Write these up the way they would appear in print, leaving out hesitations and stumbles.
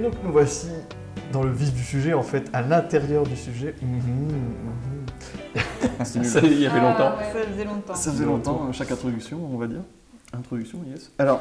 donc nous voici dans le vif du sujet, en fait, à l'intérieur du sujet. Ça, il y avait longtemps. Ouais. Ça faisait longtemps. Ça faisait longtemps, chaque introduction, on va dire. Introduction, yes. Alors,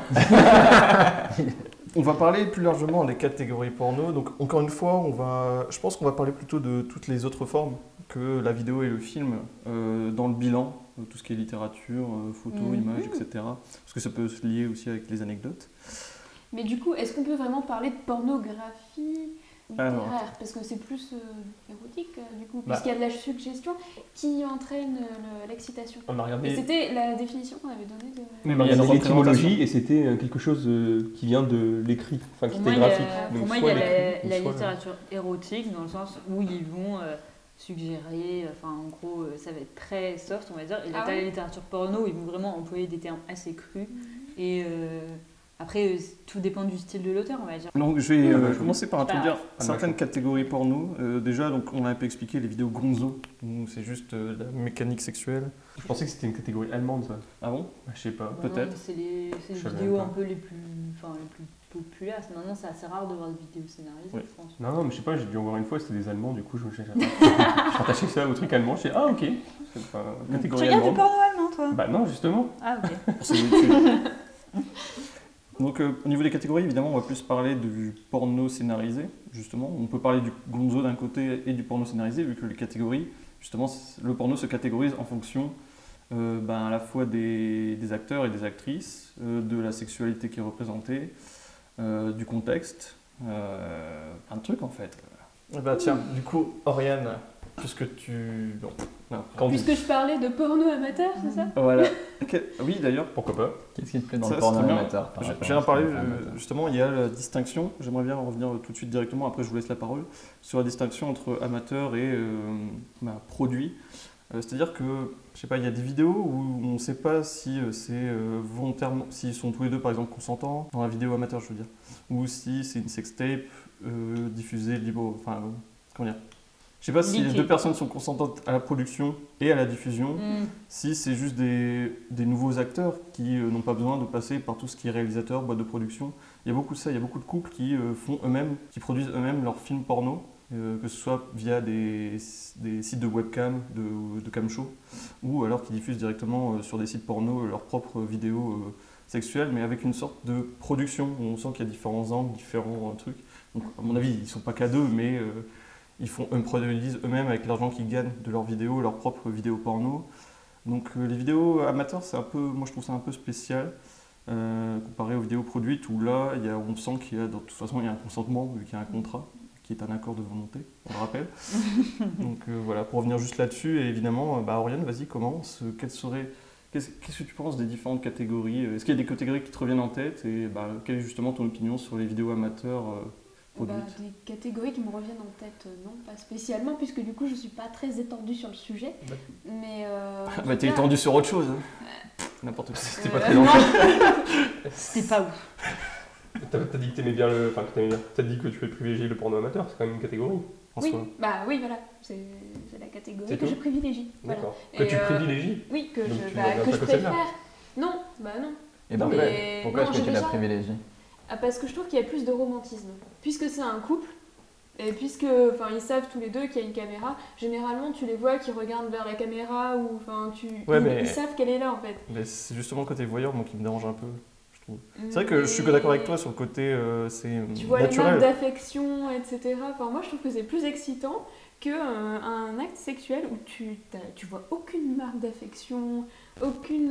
on va parler plus largement des catégories porno. Donc, encore une fois, je pense qu'on va parler plutôt de toutes les autres formes que la vidéo et le film dans le bilan, tout ce qui est littérature, photo, images, etc. Parce que ça peut se lier aussi avec les anecdotes. Mais du coup, est-ce qu'on peut vraiment parler de pornographie littéraire? Parce que c'est plus érotique, du coup, puisqu'il y a de la suggestion qui entraîne l'excitation. On a regardé... Et c'était la définition qu'on avait donnée de... Mais il y a l'étymologie et c'était quelque chose qui vient de l'écrit, enfin qui était graphique. Pour moi, il y a la littérature érotique, dans le sens où ils vont suggérer, enfin en gros, ça va être très soft, on va dire. Et la littérature porno, ils vont vraiment employer des termes assez crus. Et après, tout dépend du style de l'auteur, on va dire. Donc je vais commencer par introduire certaines catégories porno. Déjà, donc, on a un peu expliqué les vidéos gonzo, où c'est juste la mécanique sexuelle. Je pensais que c'était une catégorie allemande, ça. Ah bon? Je sais pas. Peut-être. C'est les vidéos un peu les plus populaires. Maintenant, c'est assez rare de voir des vidéos scénarisées, je pense. Non, mais je sais pas, j'ai dû en voir une fois, c'était des Allemands, du coup, je rattachais ça au truc allemand. Je dis, ah ok, c'est pas catégorie Tu regardes allemande. du porno allemand, toi? Bah non, justement. Ah ok. C'est YouTube. Donc au niveau des catégories, évidemment, on va plus parler du porno scénarisé, justement. On peut parler du gonzo d'un côté et du porno scénarisé, vu que les catégories, justement, le porno se catégorise en fonction à la fois des acteurs et des actrices, de la sexualité qui est représentée, du contexte, plein de trucs en fait. Bah tiens, du coup, Oriane, puisque tu... Puisque je parlais de porno amateur, c'est ça? Voilà. Oui, d'ailleurs. Pourquoi pas? Qu'est-ce qui te plaît dans le porno amateur? J'ai parlé, justement, il y a la distinction, j'aimerais bien revenir tout de suite directement, après je vous laisse la parole, sur la distinction entre amateur et produit. C'est-à-dire que, je sais pas, il y a des vidéos où on ne sait pas si c'est volontairement, s'ils sont tous les deux par exemple consentants, dans la vidéo amateur je veux dire, ou si c'est une sextape diffusée libre, enfin, comment dire. Je sais pas si les deux personnes sont consentantes à la production et à la diffusion, si c'est juste des nouveaux acteurs qui n'ont pas besoin de passer par tout ce qui est réalisateur, boîte de production. Il y a beaucoup de ça, il y a beaucoup de couples qui font eux-mêmes, qui produisent eux-mêmes leurs films porno, que ce soit via des sites de webcam, de camshow, ou alors qui diffusent directement sur des sites porno leurs propres vidéos sexuelles, mais avec une sorte de production où on sent qu'il y a différents angles, différents trucs. Donc à mon avis, ils ne sont pas qu'à deux, mais... ils produisent eux-mêmes avec l'argent qu'ils gagnent de leurs vidéos, leurs propres vidéos porno. Donc les vidéos amateurs, c'est un peu, moi je trouve ça un peu spécial comparé aux vidéos produites où là, on sent qu'il y a, de toute façon, il y a un consentement vu qu'il y a un contrat qui est un accord de volonté, on le rappelle. Donc voilà, pour revenir juste là-dessus, et évidemment, Oriane, vas-y, commence. Qu'est-ce que tu penses des différentes catégories? Est-ce qu'il y a des catégories qui te reviennent en tête? Et quelle est justement ton opinion sur les vidéos amateurs des catégories qui me reviennent en tête, non, pas spécialement, puisque du coup je suis pas très étendue sur le sujet. Mais t'es étendue sur autre chose. N'importe quoi. C'était pas très dangereux. C'était pas ouf. T'as dit que t'aimais bien le. Enfin, t'as dit que tu privilégier le porno amateur, c'est quand même une catégorie. Oui, oui, voilà, c'est la catégorie que je privilégie. D'accord. Voilà. Que tu privilégies? Oui, que je préfère. Non, non. Et donc, pourquoi est-ce que tu la privilégies? Parce que je trouve qu'il y a plus de romantisme. Puisque c'est un couple, et puisque ils savent tous les deux qu'il y a une caméra, généralement tu les vois qui regardent vers la caméra, ou ils savent qu'elle est là en fait. Mais c'est justement le côté voyeur qui me dérange un peu, je trouve. C'est vrai que je suis d'accord avec toi sur le côté c'est naturel. Tu vois les marques d'affection, etc. Moi je trouve que c'est plus excitant qu'un acte sexuel où tu vois aucune marque d'affection, aucune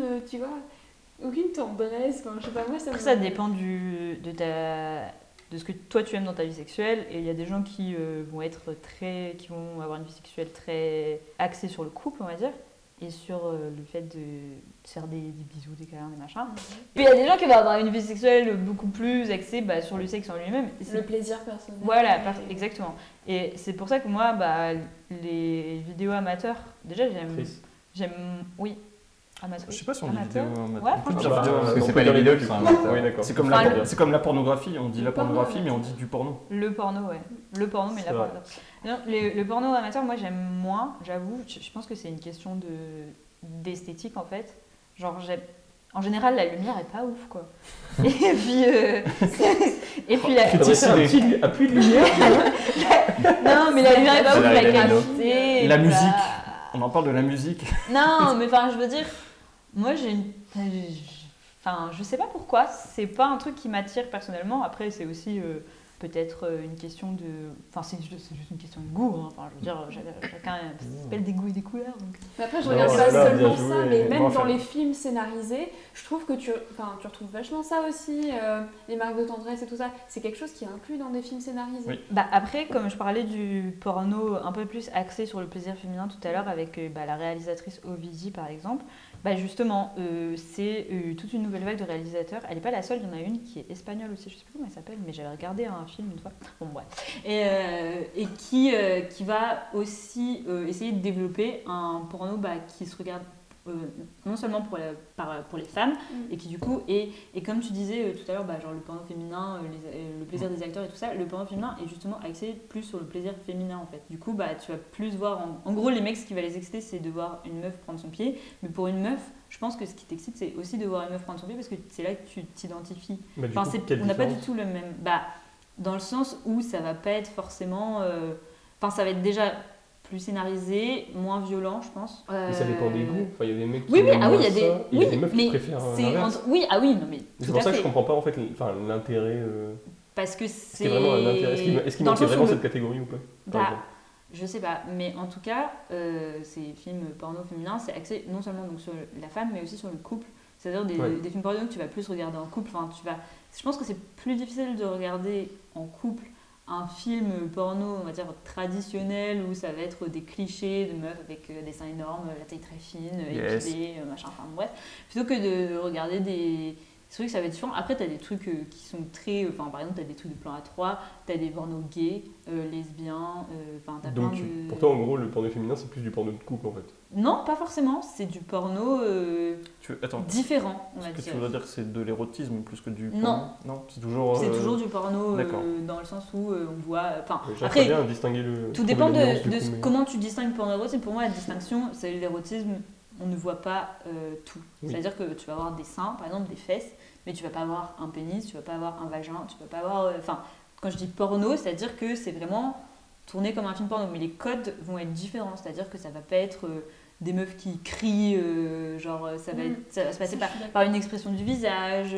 tendresse, je sais pas, moi ça dépend de ce que toi tu aimes dans ta vie sexuelle, et il y a des gens qui vont avoir une vie sexuelle très axée sur le couple, on va dire, et sur le fait de faire des bisous, des câlins, des machins. Puis il y a des gens qui vont avoir une vie sexuelle beaucoup plus axée sur le sexe en lui-même. Le plaisir personnel. Voilà, exactement. Et c'est pour ça que moi, les vidéos amateurs, déjà j'aime, oui. Je sais pas si on dit vidéo amateur. Ouais, parce que c'est pas les vidéos qui sont amateurs. Oui, d'accord. C'est comme la pornographie, on dit la pornographie, mais on dit du porno. Le porno, ouais. Le porno, mais la pornographie. Non, le porno amateur, moi j'aime moins, j'avoue. Je pense que c'est une question d'esthétique en fait. Genre, En général, la lumière est pas ouf, quoi. Et puis, à plus de lumière. Non, mais la lumière est pas ouf, la qualité. La musique. On en parle de la musique. Non, mais enfin, je veux dire, moi, enfin, je sais pas pourquoi. C'est pas un truc qui m'attire personnellement. Après, c'est aussi peut-être une question de... Enfin, c'est juste une question de goût. Hein. Enfin, je veux dire, chacun s'appelle des goûts et des couleurs. Donc... Mais après, je regarde pas seulement ça, mais même dans les films scénarisés, je trouve que tu retrouves vachement ça aussi, les marques de tendresse et tout ça. C'est quelque chose qui est inclus dans des films scénarisés. Oui. Bah, après, comme je parlais du porno un peu plus axé sur le plaisir féminin tout à l'heure avec la réalisatrice Ovidie, par exemple, bah justement, c'est toute une nouvelle vague de réalisateurs. Elle n'est pas la seule, il y en a une qui est espagnole aussi, je ne sais plus comment elle s'appelle, mais j'avais regardé un film une fois. Bon, bref. Et qui va aussi essayer de développer un porno qui se regarde non seulement pour les femmes, et qui du coup et comme tu disais tout à l'heure, genre le porno féminin, le plaisir des acteurs et tout ça, le porno féminin est justement axé plus sur le plaisir féminin en fait. Du coup tu vas plus voir, en gros les mecs ce qui va les exciter c'est de voir une meuf prendre son pied, mais pour une meuf je pense que ce qui t'excite c'est aussi de voir une meuf prendre son pied parce que c'est là que tu t'identifies. On n'a pas du tout le même, dans le sens où ça va pas être forcément, ça va être déjà plus scénarisé, moins violent, je pense. Mais ça dépend des goûts. Enfin, il y a des mecs qui il y a des meufs qui préfèrent l'inverse. C'est pour ça que je comprends pas en fait l'intérêt. Parce que c'est vraiment un intérêt. Est-ce qu'il manquait vraiment cette catégorie ou pas? Je sais pas, mais en tout cas, ces films porno féminins, c'est axé non seulement donc sur la femme, mais aussi sur le couple. C'est-à-dire des films porno que tu vas plus regarder en couple. Je pense que c'est plus difficile de regarder en couple un film porno, on va dire, traditionnel, où ça va être des clichés de meufs avec des seins énormes, la taille très fine, épilée, machin, enfin bref, plutôt que de regarder des trucs, ça va être différent. Après, t'as des trucs qui sont très... par exemple, t'as des trucs de plan A3, t'as des pornos gays, lesbiens, t'as plein de... Donc, pourtant, en gros, le porno féminin, c'est plus du porno de couple, en fait. Non, pas forcément, c'est du porno différent, on va dire. Est-ce que tu voudrais dire que c'est de l'érotisme plus que du porno? Non, c'est toujours... C'est toujours du porno dans le sens où on voit... Après, bien distinguer le... Tout dépend de comment tu distingues porno et érotisme. Pour moi, la distinction, c'est l'érotisme, on ne voit pas tout. Oui. C'est-à-dire que tu vas avoir des seins, par exemple des fesses, mais tu vas pas avoir un pénis, tu vas pas avoir un vagin, tu vas pas avoir... quand je dis porno, c'est-à-dire que c'est vraiment tourné comme un film porno, mais les codes vont être différents. C'est-à-dire que ça va pas être... des meufs qui crient, ça va se passer par une expression du visage,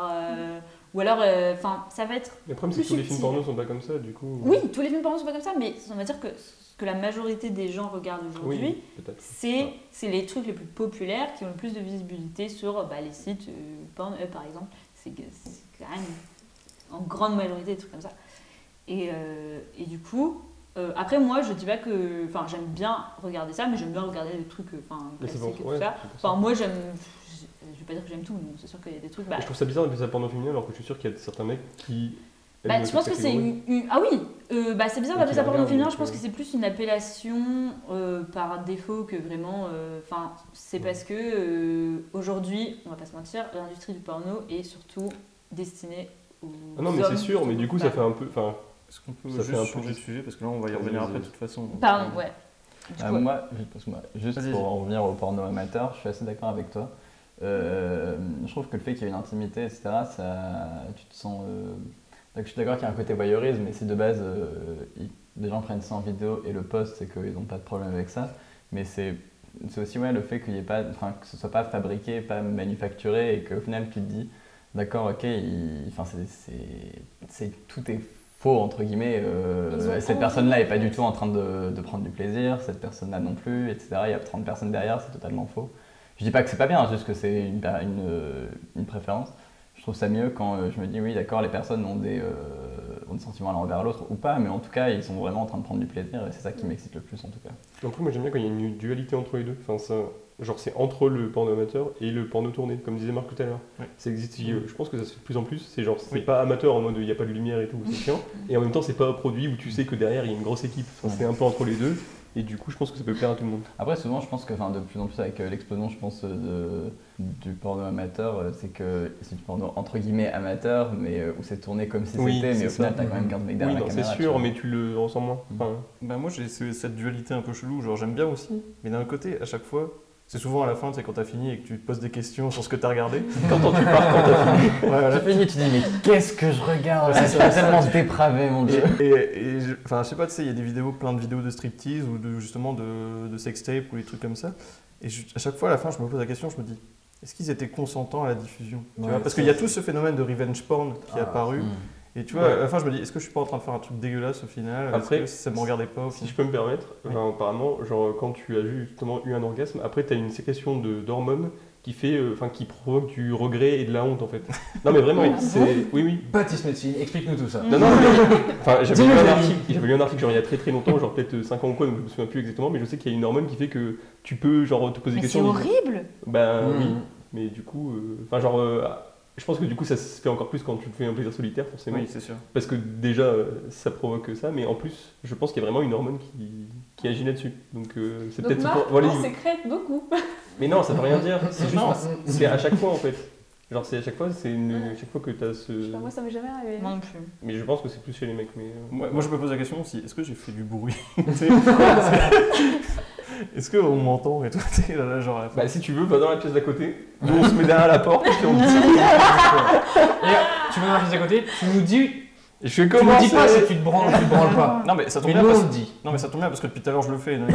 ou alors, ça va être. Le problème, c'est que tous les films porno sont pas comme ça, du coup. Oui, tous les films porno sont pas comme ça, mais on va dire que ce que la majorité des gens regardent aujourd'hui, c'est les trucs les plus populaires qui ont le plus de visibilité sur les sites porno, par exemple. C'est quand même en grande majorité des trucs comme ça. Et du coup. Après moi je dis pas que j'aime bien regarder ça mais j'aime bien regarder des trucs classiques et tout ça. Moi j'aime, je vais pas dire que j'aime tout mais c'est sûr qu'il y a des trucs je trouve ça bizarre d'appeler ça porno féminin alors que je suis sûr qu'il y a certains mecs qui je pense que c'est c'est bizarre d'appeler ça porno féminin. Je pense que c'est plus une appellation par défaut que vraiment c'est parce que aujourd'hui on va pas se mentir, l'industrie du porno est surtout destinée aux non mais c'est sûr mais du coup ça fait un peu est-ce qu'on peut juste changer de sujet parce que là on va y revenir après de toute façon. Pardon, ouais. Moi, juste pour en revenir au porno amateur, je suis assez d'accord avec toi. Je trouve que le fait qu'il y ait une intimité, etc., tu te sens... je suis d'accord qu'il y a un côté voyeurisme, mais si de base, des gens prennent ça en vidéo et le postent, c'est qu'ils n'ont pas de problème avec ça. Mais c'est aussi le fait qu'il y ait pas, que ce soit pas fabriqué, pas manufacturé, et qu'au final tu te dis, d'accord, ok, tout est faux entre guillemets, cette personne-là n'est pas du tout en train de prendre du plaisir, cette personne-là non plus, etc. Il y a 30 personnes derrière, c'est totalement faux. Je dis pas que c'est pas bien, juste que c'est une préférence. Je trouve ça mieux quand je me dis oui d'accord, les personnes ont des sentiments l'un envers l'autre ou pas, mais en tout cas ils sont vraiment en train de prendre du plaisir et c'est ça qui m'excite le plus en tout cas. En plus moi j'aime bien quand il y a une dualité entre les deux, c'est entre le porno amateur et le porno tourné, comme disait Marc tout à l'heure. Ouais. Ça existe, je pense que ça se fait de plus en plus, c'est pas amateur en mode il n'y a pas de lumière et tout, c'est chiant, et en même temps c'est pas un produit où tu sais que derrière il y a une grosse équipe, c'est un peu entre les deux, et du coup je pense que ça peut plaire à tout le monde. Après souvent je pense que de plus en plus avec l'explosion du porno amateur, c'est que c'est du porno entre guillemets amateur, mais où c'est tourné comme si c'était, mais au final t'as quand même 15 mecs derrière la caméra. C'est sûr, mais tu le ressens moins. Moi j'ai cette dualité un peu chelou, genre j'aime bien aussi, mais d'un côté à chaque fois, C'est souvent à la fin, tu sais, quand t'as fini et que tu te poses des questions sur ce que t'as regardé. Quand tu pars, quand t'as fini. Ouais, voilà. Tu finis, tu te dis, mais qu'est-ce que je regarde? C'est tellement dépravé, mon Dieu. Et je sais pas, tu sais, il y a des vidéos, plein de vidéos de striptease ou justement de sextape ou des trucs comme ça. Et à chaque fois, à la fin, je me pose la question, je me dis, est-ce qu'ils étaient consentants à la diffusion, tu vois, parce qu'il y a tout ce phénomène de revenge porn qui est apparu. Et tu vois, à la fin, je me dis, est-ce que je suis pas en train de faire un truc dégueulasse au final? Après, si ça me regardait pas au final. Si je peux me permettre, apparemment, genre quand tu as justement eu un orgasme, après tu as une sécrétion d'hormones qui qui provoque du regret et de la honte en fait. Non mais vraiment, oui. Baptiste Médecine, explique-nous tout ça. Non, j'avais lu un article genre il y a très longtemps, genre peut-être 5 ans ou quoi, donc je me souviens plus exactement, mais je sais qu'il y a une hormone qui fait que tu peux genre te poser des questions. C'est horrible. Oui, mais du coup, je pense que du coup ça se fait encore plus quand tu te fais un plaisir solitaire forcément. Oui, c'est sûr. Parce que déjà ça provoque ça, mais en plus je pense qu'il y a vraiment une hormone qui agit là-dessus. Donc c'est peut-être on sécrète beaucoup. Mais non, ça veut rien dire. C'est à chaque fois en fait. Genre c'est à chaque fois, chaque fois que tu as ce. Je sais pas, moi ça m'est jamais arrivé. Moi non plus. Mais je pense que c'est plus chez les mecs. Mais moi je me pose la question aussi, est-ce que j'ai fait du bruit? Est-ce qu'on m'entend et tout? Là, genre, bah si tu veux, va dans la pièce d'à côté. Nous on se met derrière la porte et puis on dit. Et tu vas dans la pièce d'à côté, tu nous dis. Je fais tu me dis pas si tu te branles ou tu te branles pas. Non mais ça tombe bien. Non mais ça tombe bien parce que depuis tout à l'heure je le fais. Donc...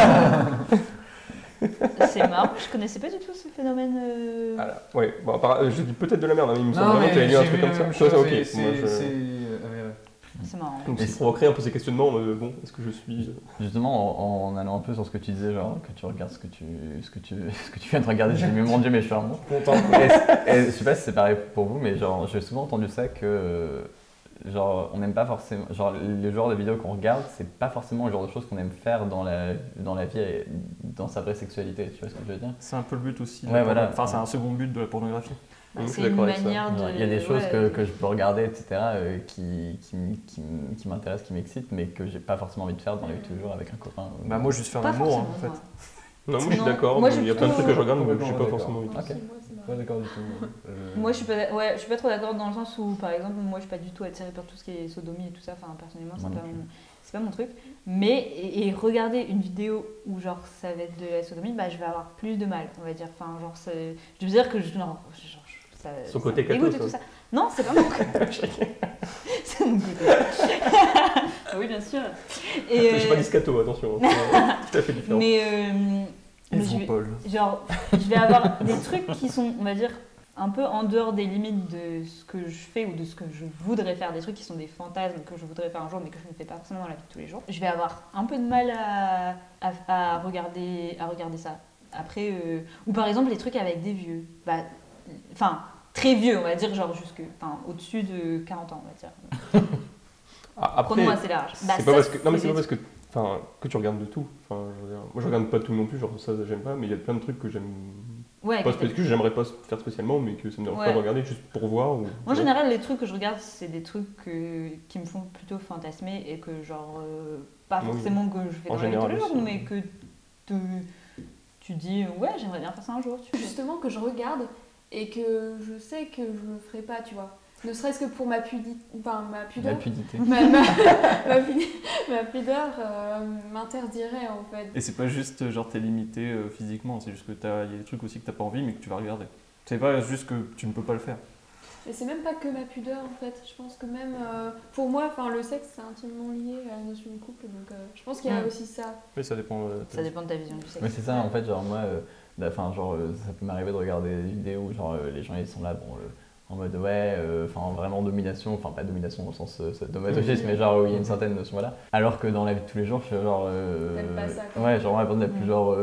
C'est marrant, je connaissais pas du tout ce phénomène. Alors, ouais, bon, je dis peut-être de la merde, mais il me semble vraiment que tu avais lu un truc comme ça. Ok, C'est marrant. Donc ça provoquerait un peu ces questionnements, bon, est-ce que je suis... Justement, en allant un peu sur ce que tu disais, genre que tu regardes ce que tu viens de regarder, j'ai dit, mon Dieu, mais je suis vraiment content. Et je sais pas si c'est pareil pour vous, mais genre j'ai souvent entendu ça que genre on n'aime pas forcément, genre le genre de vidéos qu'on regarde, c'est pas forcément le genre de choses qu'on aime faire dans la vie et dans sa vraie sexualité, tu vois ce que je veux dire? C'est un peu le but aussi. Ouais, voilà. Enfin, c'est un second but de la pornographie. C'est une manière de... Il y a des choses que je peux regarder, etc., qui m'intéressent, qui m'excitent, mais que j'ai pas forcément envie de faire dans la vie de tous les jours avec un copain. Bah moi, juste faire l'amour, en fait. Non, moi je suis d'accord, il y a plein de trucs que je regarde, mais je suis pas forcément envie. Ok. Pas d'accord du tout. Moi je suis pas trop d'accord dans le sens où, par exemple, moi je suis pas du tout attirée par tout ce qui est sodomie et tout ça, enfin personnellement c'est pas mon truc. Mais et regarder une vidéo où genre ça va être de la sodomie, bah je vais avoir plus de mal, on va dire. Enfin genre je veux dire que son côté cato, tout ça. Non, c'est pas mon côté. C'est mon côté. Oui, bien sûr. J'ai pas dit scato, attention. C'est tout à fait différent. Je vais avoir des trucs qui sont, on va dire, un peu en dehors des limites de ce que je fais ou de ce que je voudrais faire, des trucs qui sont des fantasmes que je voudrais faire un jour mais que je ne fais pas forcément dans la vie de tous les jours. Je vais avoir un peu de mal à regarder ça. Après, ou par exemple les trucs avec des vieux, enfin très vieux on va dire, genre au-dessus de 40 ans on va dire. Après, prenons assez large. C'est pas parce que tu regardes de tout. Enfin, moi je regarde pas tout non plus, genre ça j'aime pas, mais il y a plein de trucs que j'aime. Que j'aimerais pas faire spécialement, mais que ça me dérange pas de regarder juste pour voir. Moi, en général, les trucs que je regarde, c'est des trucs qui me font plutôt fantasmer et que, pas forcément que je fais dans la vie tous les jours, mais que tu dis, ouais, j'aimerais bien faire ça un jour. Justement, que je regarde et que je sais que je le ferai pas, tu vois. Ne serait-ce que pour ma pudeur. La pudité. Ma pudeur m'interdirait en fait. Et c'est pas juste genre t'es limité physiquement, c'est juste que il y a des trucs aussi que t'as pas envie mais que tu vas regarder. C'est pas juste que tu ne peux pas le faire. Et c'est même pas que ma pudeur en fait. Je pense que même pour moi, le sexe c'est intimement lié à la notion de couple, donc je pense qu'il y a aussi ça. Oui, ça dépend. Ça dépend de ta vision du sexe. Mais c'est ça en fait, genre moi, ça peut m'arriver de regarder des vidéos où genre les gens ils sont là, en mode vraiment domination, enfin pas domination au sens sadomasochisme, mais genre où il y a une certaine notion là. Alors que dans la vie de tous les jours, je suis genre. T'aimes pas ça quoi. Ouais, genre la personne la plus genre.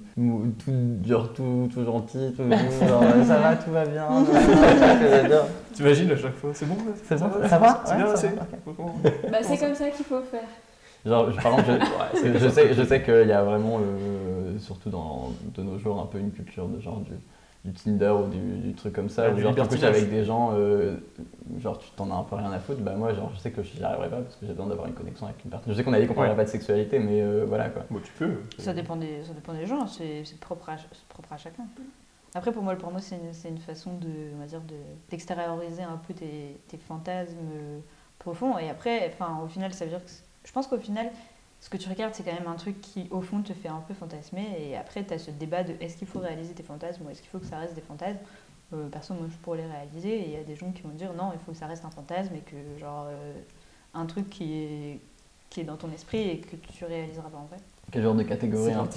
Tout gentil, tout genre ça va, tout va bien. T'imagines à chaque fois, c'est bon là. C'est bon, ça va. C'est bien, c'est. C'est comme ça qu'il faut faire. Genre, par exemple, je sais qu'il y a vraiment, surtout de nos jours, un peu une culture de genre du Tinder ou du truc comme ça, où genre tu couches avec des gens, genre tu t'en as un peu rien à foutre, moi genre je sais que j'y arriverai pas parce que j'ai besoin d'avoir une connexion avec une personne. Je sais qu'on a dit qu'on parlait pas de sexualité, mais voilà quoi. Bon, tu peux. Ça dépend des gens, c'est propre à chacun. Après pour moi le porno c'est une façon d'extérioriser un peu tes fantasmes profonds et après, au final ça veut dire que je pense qu'au final ce que tu regardes, c'est quand même un truc qui, au fond, te fait un peu fantasmer. Et après, tu as ce débat de est-ce qu'il faut réaliser tes fantasmes ou est-ce qu'il faut que ça reste des fantasmes. Perso, moi, je pourrais les réaliser. Et il y a des gens qui vont dire non, il faut que ça reste un fantasme et que, genre, un truc qui est dans ton esprit et que tu réaliseras pas en vrai. Quel genre de catégorie un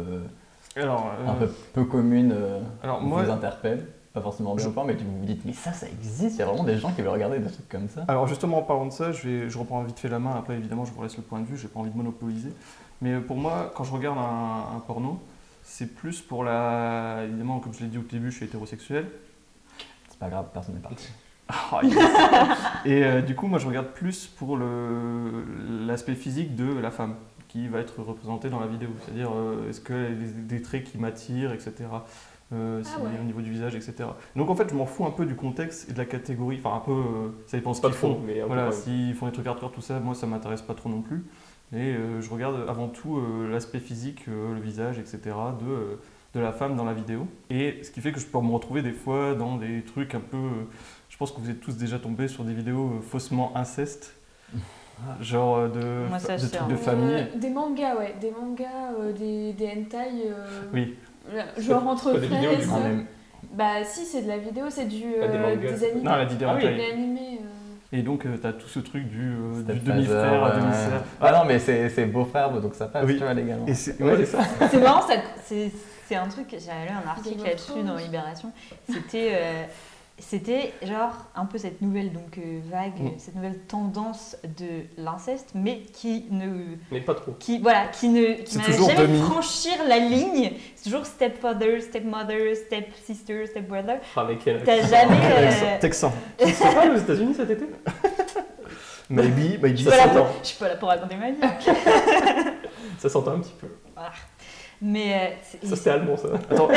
peu commune vous interpelle? Pas forcément bien mais vous vous dites mais ça existe, il y a vraiment des gens qui veulent regarder des trucs comme ça. Alors justement en parlant de ça, je reprends vite fait la main, après évidemment je vous laisse le point de vue, j'ai pas envie de monopoliser. Mais pour moi, quand je regarde un porno, c'est plus pour évidemment comme je l'ai dit au début, je suis hétérosexuel. C'est pas grave, personne n'est parti. Oh, yes. Et du coup moi je regarde plus pour l'aspect physique de la femme qui va être représentée dans la vidéo. C'est-à-dire est-ce qu'elle a des traits qui m'attirent, etc. Au niveau du visage, etc. Donc en fait, je m'en fous un peu du contexte et de la catégorie. Enfin, un peu, ça dépend ce qu'ils font. Mais voilà, s'ils font des trucs hardcore, tout ça, moi, ça m'intéresse pas trop non plus. Et je regarde avant tout l'aspect physique, le visage, etc. de la femme dans la vidéo. Et ce qui fait que je peux me retrouver des fois dans des trucs un peu... je pense que vous êtes tous déjà tombés sur des vidéos faussement incestes. Genre de trucs de famille. Des mangas, des hentai. Oui. Genre entre frères et sœurs. Bah si, c'est de la vidéo, c'est des animés. Non, la vidéo animés. Et donc t'as tout ce truc du demi-frère à demi-sœur. Ah non mais c'est beau-frère, donc ça passe, tu vois les gars. C'est ça. C'est marrant, c'est un truc, j'avais lu un article là-dessus dans Libération, c'était genre un peu cette nouvelle vague, cette nouvelle tendance de l'inceste, mais qui pas trop. Qui m'a jamais franchir la ligne. C'est toujours stepfather, stepmother, stepsister, stepbrother. T'as jamais. Texan. Tu serais pas aux États-Unis cet été? Maybe je suis pas là pour raconter ma vie. Ça s'entend un petit peu. Voilà. Mais ça c'était allemand ça. Attends.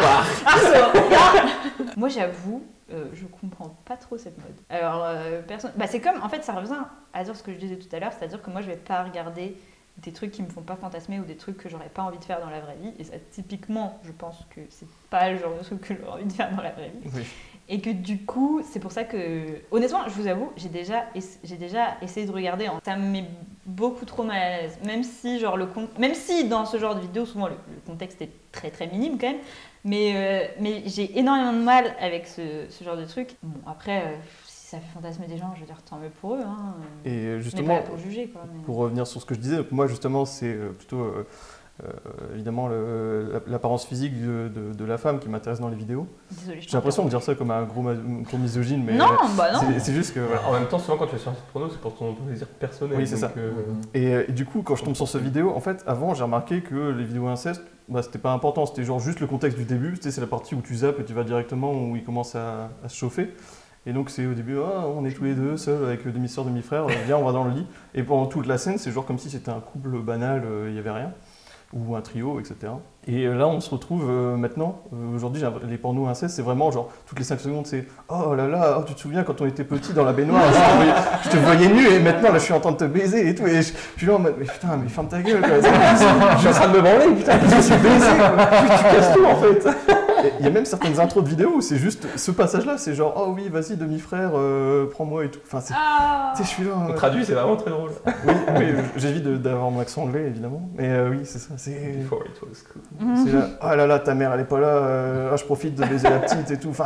Moi j'avoue, je comprends pas trop cette mode. Alors c'est comme, en fait ça revient à dire ce que je disais tout à l'heure, c'est-à-dire que moi je vais pas regarder des trucs qui me font pas fantasmer ou des trucs que j'aurais pas envie de faire dans la vraie vie. Et ça typiquement, je pense que c'est pas le genre de truc que j'aurais envie de faire dans la vraie vie. Oui. Et que du coup, c'est pour ça que, honnêtement, je vous avoue, j'ai déjà essayé de regarder. Ça me met beaucoup trop mal à l'aise. Même si dans ce genre de vidéo, souvent le contexte est très très minime quand même. Mais j'ai énormément de mal avec ce genre de truc. Bon, après, si ça fait fantasmer des gens, je veux dire, tant mieux pour eux. Hein. Et justement, pas pour juger, quoi. Pour revenir sur ce que je disais, moi justement, c'est plutôt évidemment l'apparence physique de la femme qui m'intéresse dans les vidéos. Désolée, j'ai l'impression de dire ça comme un gros misogyne, mais non. C'est juste que... Voilà. En même temps, souvent quand tu fais sur un porno, c'est pour ton plaisir personnel. Oui, c'est ça. Et du coup, quand je tombe sur cette vidéo, en fait, avant, j'ai remarqué que les vidéos incestes, c'était pas important, c'était genre juste le contexte du début, c'est la partie où tu zappes et tu vas directement où il commence à se chauffer. Et donc c'est au début, on est tous les deux seuls avec demi-sœur, demi-frère, viens on va dans le lit. Et pendant toute la scène, c'est genre comme si c'était un couple banal, il n'y avait rien. Ou un trio, etc. Et là, on se retrouve maintenant, aujourd'hui, les pornos incestes, c'est vraiment genre, toutes les 5 secondes, c'est « Oh là là, tu te souviens quand on était petits dans la baignoire, je te voyais nu et maintenant, là, je suis en train de te baiser et tout. » Et je suis là en mode « Mais putain, mais ferme ta gueule, quoi. Je suis en train de me branler, putain, je suis baisé, quoi. Tu casses tout, en fait. » Il y a même certaines intros de vidéos où c'est juste ce passage-là, c'est genre « Oh oui, vas-y, demi-frère, prends-moi et tout. » Enfin, tu sais, je suis là... On traduit, c'est vraiment très drôle. Oui, j'évite d'avoir mon accent anglais, évidemment. Mais oui, c'est ça, c'est... Before it was cool. C'est là, oh là là, ta mère elle est pas là, je profite de baiser la petite et tout. Enfin,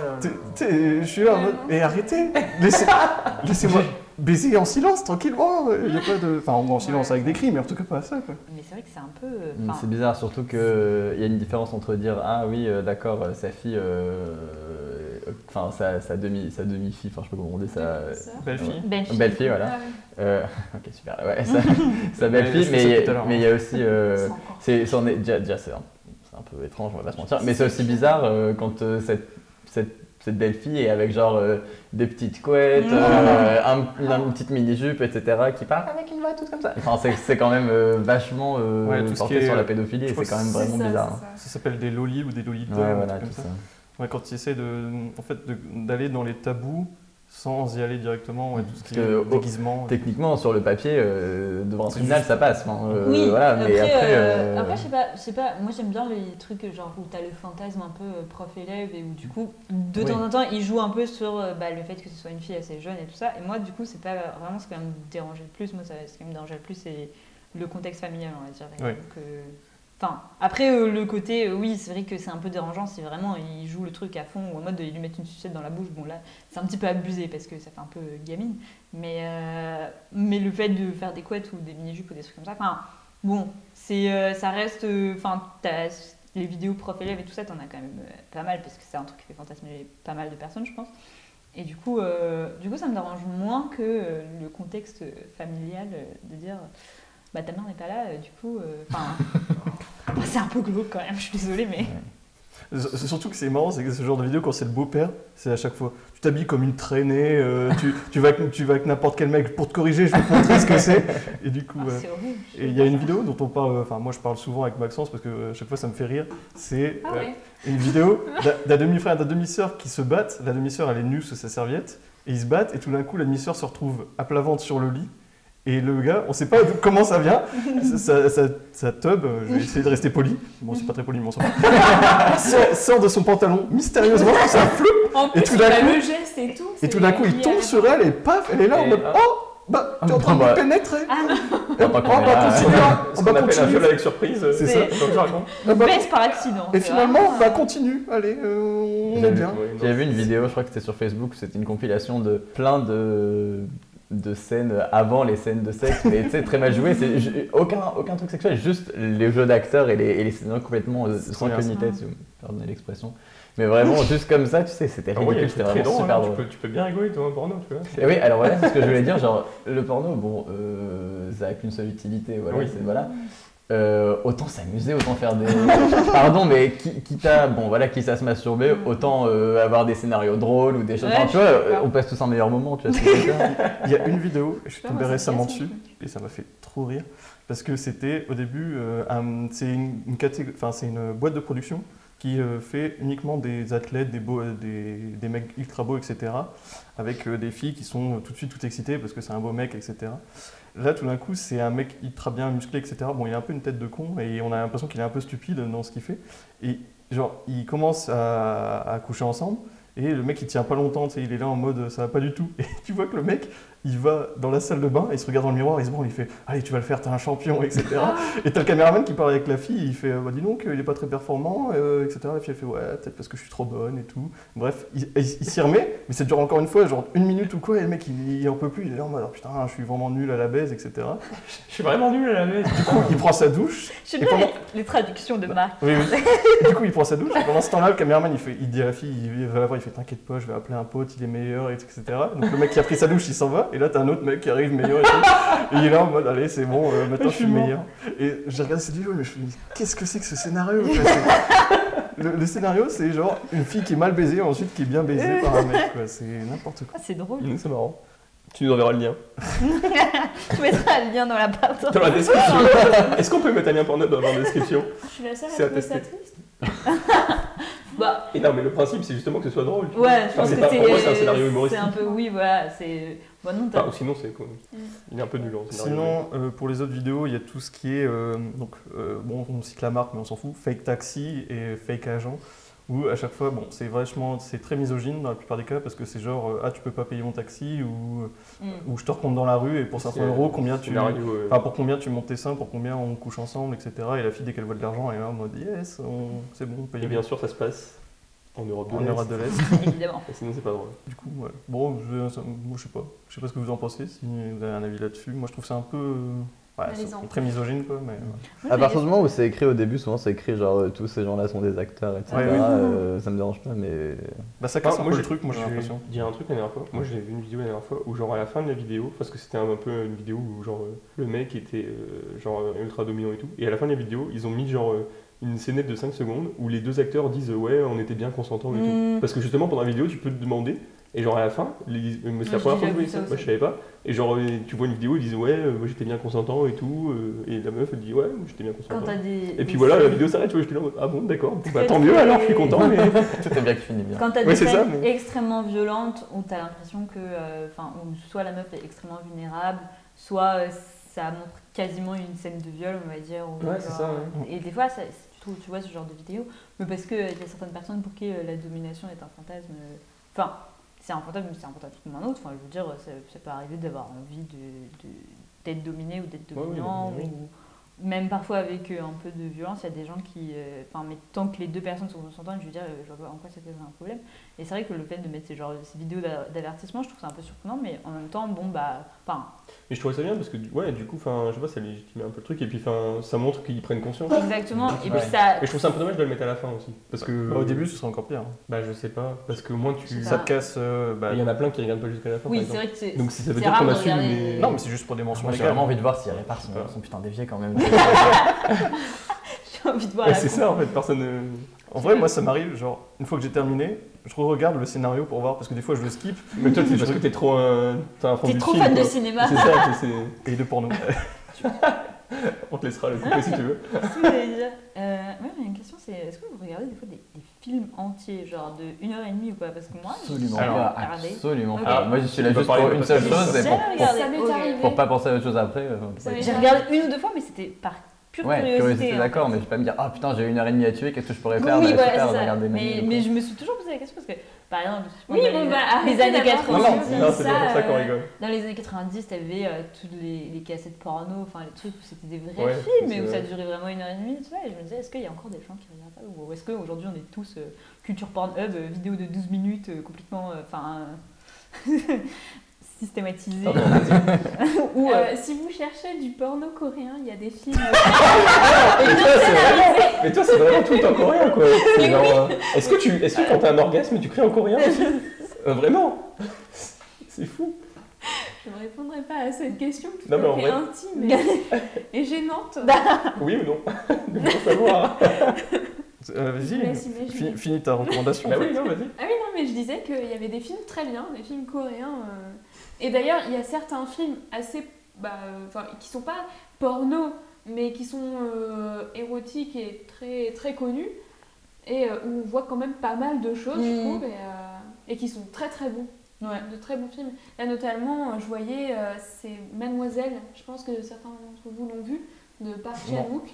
je suis là en mode, mais arrêtez, laissez-moi baiser en silence, tranquillement. Il y a pas de, enfin, en silence avec des cris, mais en tout cas pas ça, quoi. Mais c'est vrai que c'est un peu. C'est bizarre, surtout qu'il y a une différence entre dire ah oui, d'accord, sa fille, enfin sa demi-fille, enfin je sais pas comment on dit ça. Belle-fille. Belle-fille, voilà. Ok, super. Ouais, sa belle-fille, mais il y a aussi. C'est un peu étrange, on va pas se mentir. Mais c'est aussi bizarre quand cette belle-fille est avec genre des petites couettes, une petite mini-jupe, etc. qui parle avec une voix toute comme ça. Enfin, c'est quand même vachement porté sur la pédophilie et c'est quand même vraiment bizarre. Ça s'appelle des lolis ou des lolitos. Ouais, voilà, tout ça. Ouais, quand tu essaies d'aller dans les tabous sans y aller directement, tout ce qui est déguisement. Techniquement, sur le papier, devant un tribunal, ça passe. Oui, voilà, mais après, je sais pas, moi j'aime bien les trucs genre où t'as le fantasme un peu prof-élève et où du coup, de temps en temps, il joue un peu sur le fait que ce soit une fille assez jeune et tout ça. Et moi, du coup, c'est pas vraiment ce qui va me déranger le plus. Moi, ce qui me dérangeait le plus, c'est le contexte familial, on va dire. Ouais. Donc, après, le côté, oui, c'est vrai que c'est un peu dérangeant si vraiment il joue le truc à fond ou en mode de lui mettre une sucette dans la bouche. Bon, là, c'est un petit peu abusé parce que ça fait un peu gamine. Mais le fait de faire des couettes ou des mini-jupes ou des trucs comme ça, bon, ça reste. Les vidéos prof-élèves et tout ça, t'en as quand même pas mal parce que c'est un truc qui fait fantasmer pas mal de personnes, je pense. Et du coup, ça me dérange moins que le contexte familial de dire. Ta mère n'est pas là, du coup, c'est un peu glauque quand même, je suis désolée, mais... C'est surtout que c'est marrant, c'est que ce genre de vidéo, quand c'est le beau-père, c'est à chaque fois, tu t'habilles comme une traînée, tu vas avec n'importe quel mec pour te corriger, je vais te montrer ce que c'est. Et du coup, c'est horrible. Et il y a une vidéo dont on parle, moi je parle souvent avec Maxence parce que à chaque fois ça me fait rire, c'est une vidéo d'un demi-frère et d'un demi-sœur qui se battent, la demi-sœur elle est nue sous sa serviette, et ils se battent, et tout d'un coup la demi-sœur se retrouve à plat ventre sur le lit. Et le gars, on sait pas comment ça vient, ça tub, je vais essayer de rester poli, bon c'est pas très poli mais on s'en fout, sort de son pantalon mystérieusement, ça floue, en plus, et tout d'un coup, le geste et tout. Et tout d'un coup il tombe sur elle et paf, elle est là en mode tu es en train de me pénétrer. Ce qu'on appelle un viol avec surprise, c'est ça. Baisse par accident. Et finalement, continue, allez, on est bien. J'avais vu une vidéo, je crois que c'était sur Facebook, c'était une compilation de plein de scènes avant les scènes de sexe, mais tu sais, très mal jouées, c'est aucun truc sexuel, juste les jeux d'acteurs et les scénarios complètement sans qualité, si vous me pardonnez l'expression. Mais vraiment, juste comme ça, tu sais, c'était ridicule, c'était vraiment super drôle. Tu peux bien rigoler, toi, un porno, tu vois. Et oui, alors voilà, c'est ce que je voulais dire, genre, le porno, bon, ça n'a qu'une seule utilité, voilà, voilà. Autant s'amuser, autant faire des... Pardon, mais quitte à se masturber, autant avoir des scénarios drôles ou des choses... tu vois, on passe tous un meilleur moment, tu vois ce que je veux dire. Il y a une vidéo, je suis tombé récemment dessus, et ça m'a fait trop rire, parce que c'était, au début, c'est une boîte de production qui fait uniquement des athlètes, des mecs ultra beaux, etc., avec des filles qui sont tout de suite toutes excitées parce que c'est un beau mec, etc. Là, tout d'un coup, c'est un mec ultra bien musclé, etc. Bon, il a un peu une tête de con et on a l'impression qu'il est un peu stupide dans ce qu'il fait. Et genre, ils commencent à coucher ensemble et le mec, il tient pas longtemps, tu sais, il est là en mode ça va pas du tout. Et tu vois que le mec, il va dans la salle de bain, il se regarde dans le miroir, il se branle, il fait « Allez, tu vas le faire, t'es un champion, etc. » Et t'as le caméraman qui parle avec la fille, il fait « Dis donc, il est pas très performant, etc. » La fille, elle fait « Ouais, peut-être parce que je suis trop bonne et tout. » Bref, il s'y remet, mais ça dure encore une fois, genre 1 minute ou quoi, et le mec, il en peut plus, il est là en mode « Putain, je suis vraiment nul à la baise, etc. » Je suis vraiment nul à la baise. Du coup, il prend sa douche. Je sais bien les traductions de Marc. Oui. Du coup, il prend sa douche, et pendant ce temps-là, le caméraman, il dit à la fille, il va la voir, il fait « T'inquiète pas, je vais appeler un pote, il est meilleur, etc. » Donc le mec qui a pris sa douche, il s'en va, et là, t'as un autre mec qui arrive meilleur et tout. Et il est là en mode, allez, c'est bon, maintenant je suis meilleur. Et j'ai regardé cette vidéo, mais je me suis dit, qu'est-ce que c'est que ce scénario le scénario, c'est genre une fille qui est mal baisée, ensuite qui est bien baisée par un mec, quoi. C'est n'importe quoi. C'est drôle. C'est marrant. Tu nous enverras le lien. Tu mettras le lien dans la partie. Dans la description. Est-ce qu'on peut mettre un lien pour dans la description? Je suis la seule à trouver ça triste. Et non, mais le principe, c'est justement que ce soit drôle. Ouais, je pense que pour moi, c'est un scénario humoristique. C'est un peu, oui, voilà, c'est... Bon, non, ou sinon, c'est quoi? Il est un peu nul en scénario. Sinon, pour les autres vidéos, il y a tout ce qui est... on cite la marque, mais on s'en fout. Fake taxi et fake agent. Où à chaque fois, bon, c'est très misogyne dans la plupart des cas, parce que c'est genre, tu peux pas payer mon taxi, ou je te rencontre dans la rue, et pour 500 €, pour combien tu montes tes seins, pour combien on couche ensemble, etc. Et la fille, dès qu'elle voit de l'argent, elle est là en mode, yes, c'est bon, on paye. Et bien sûr, ça se passe en Europe de l'Est. Évidemment. Et sinon, c'est pas drôle. Du coup, ouais. Bon, moi, je sais pas. Je sais pas ce que vous en pensez, si vous avez un avis là-dessus. Moi, je trouve ça un peu... c'est très misogyne, quoi, mais... À partir du moment où c'est écrit au début, souvent c'est écrit genre tous ces gens-là sont des acteurs, etc. Ça me dérange pas, mais... ça casse un peu le truc, moi j'ai l'impression. Je dirais un truc la dernière fois. Moi j'ai vu une vidéo la dernière fois où genre à la fin de la vidéo, parce que c'était un peu une vidéo où genre le mec était genre ultra dominant et tout, et à la fin de la vidéo, ils ont mis genre... une scénette de 5 secondes où les deux acteurs disent ouais on était bien consentants et tout. Parce que justement pendant la vidéo tu peux te demander, et genre à la fin, c'est la première fois que je voyais ça, moi je savais pas, et genre tu vois une vidéo ils disent ouais moi j'étais bien consentant et tout, et la meuf elle dit ouais moi j'étais bien consentant. Et puis voilà la vidéo s'arrête, tu vois, j'étais là ah bon d'accord, bah tant mieux alors je suis content. Mais... Tout est bien qui finit bien. Quand t'as des scènes extrêmement violentes où t'as l'impression que, où soit la meuf est extrêmement vulnérable, soit ça montre quasiment une scène de viol on va dire. C'est ça. Et des fois tu vois ce genre de vidéo, mais parce qu'il y a certaines personnes pour qui la domination est un fantasme. Enfin, c'est un fantasme, mais c'est un fantasme comme un autre. Enfin, je veux dire, ça peut arriver d'avoir envie d'être dominé ou d'être dominant, ou même parfois avec un peu de violence, il y a des gens qui... mais tant que les deux personnes sont consentantes, je veux dire, je vois pas en quoi ça fait un problème. Et c'est vrai que le fait de mettre ces vidéos d'avertissement, je trouve ça un peu surprenant, mais en même temps, Mais je trouvais ça bien parce que, du coup, je sais pas, ça légitimait un peu le truc, et puis ça montre qu'ils prennent conscience. Exactement, et puis ça... Et je trouve ça un peu dommage de le mettre à la fin aussi. Parce que... au début, ce serait encore pire. Bah, je sais pas, parce que au moins ça te casse... il y en a plein qui regardent pas jusqu'à la fin. Oui, c'est vrai que c'est... Donc ça veut dire qu'on assume, mais... Non, mais c'est juste pour des mentions. Moi, j'ai vraiment envie de voir s'il répare son putain d'évier quand même. J'ai envie de voir c'est ça en fait, personne... En vrai, moi ça m'arrive, genre, une fois que j'ai terminé, je regarde le scénario pour voir, parce que des fois je le skip. Mais toi, c'est parce que t'es trop un fan du film. T'es trop fan de cinéma. C'est ça, et de porno. On te laissera le couper si tu veux. Qu'est-ce que vous allez dire mais une question, c'est est-ce que vous regardez des fois des films entiers, genre de 1h30 ou quoi? Parce que moi, Absolument pas. Moi, je suis là juste pour une seule chose, et pour pas penser à autre chose après. J'ai regardé une ou deux fois, mais c'était par pure curiosité. D'accord, mais je vais pas me dire, putain, j'ai 1h30 à tuer, qu'est-ce que je pourrais faire? Oui, voilà, c'est ça. Mais je me suis toujours posé la question parce que, par exemple, les années 90, non, c'est pour ça qu'on rigole. Dans les années 90, t'avais toutes les cassettes porno, enfin les trucs où c'était des vrais films et où ça durait vraiment 1h30, tu vois. Et je me disais, est-ce qu'il y a encore des gens qui regardent ça, ou est-ce qu'aujourd'hui on est tous culture Pornhub, vidéo de 12 minutes, complètement, systématisé. Si vous cherchez du porno coréen, il y a des films. Mais toi, c'est vraiment tout en coréen, quoi. Est-ce que quand t'as un orgasme, tu cries en coréen aussi? Vraiment? C'est fou. Je ne répondrai pas à cette question tout à fait intime et gênante. Oui ou non? Il faut savoir. Vas-y, finis ta recommandation. Bah oui, non, vas-y. Ah oui, non, mais je disais qu'il y avait des films très bien, des films coréens. Et d'ailleurs, il y a certains films assez... qui sont pas porno, mais qui sont érotiques et très, très connus, et où on voit quand même pas mal de choses, je trouve, et qui sont très très bons. Ouais. De très bons films. Là, notamment, je voyais, c'est Mademoiselle, je pense que certains d'entre vous l'ont vu, de Park Chan-wook.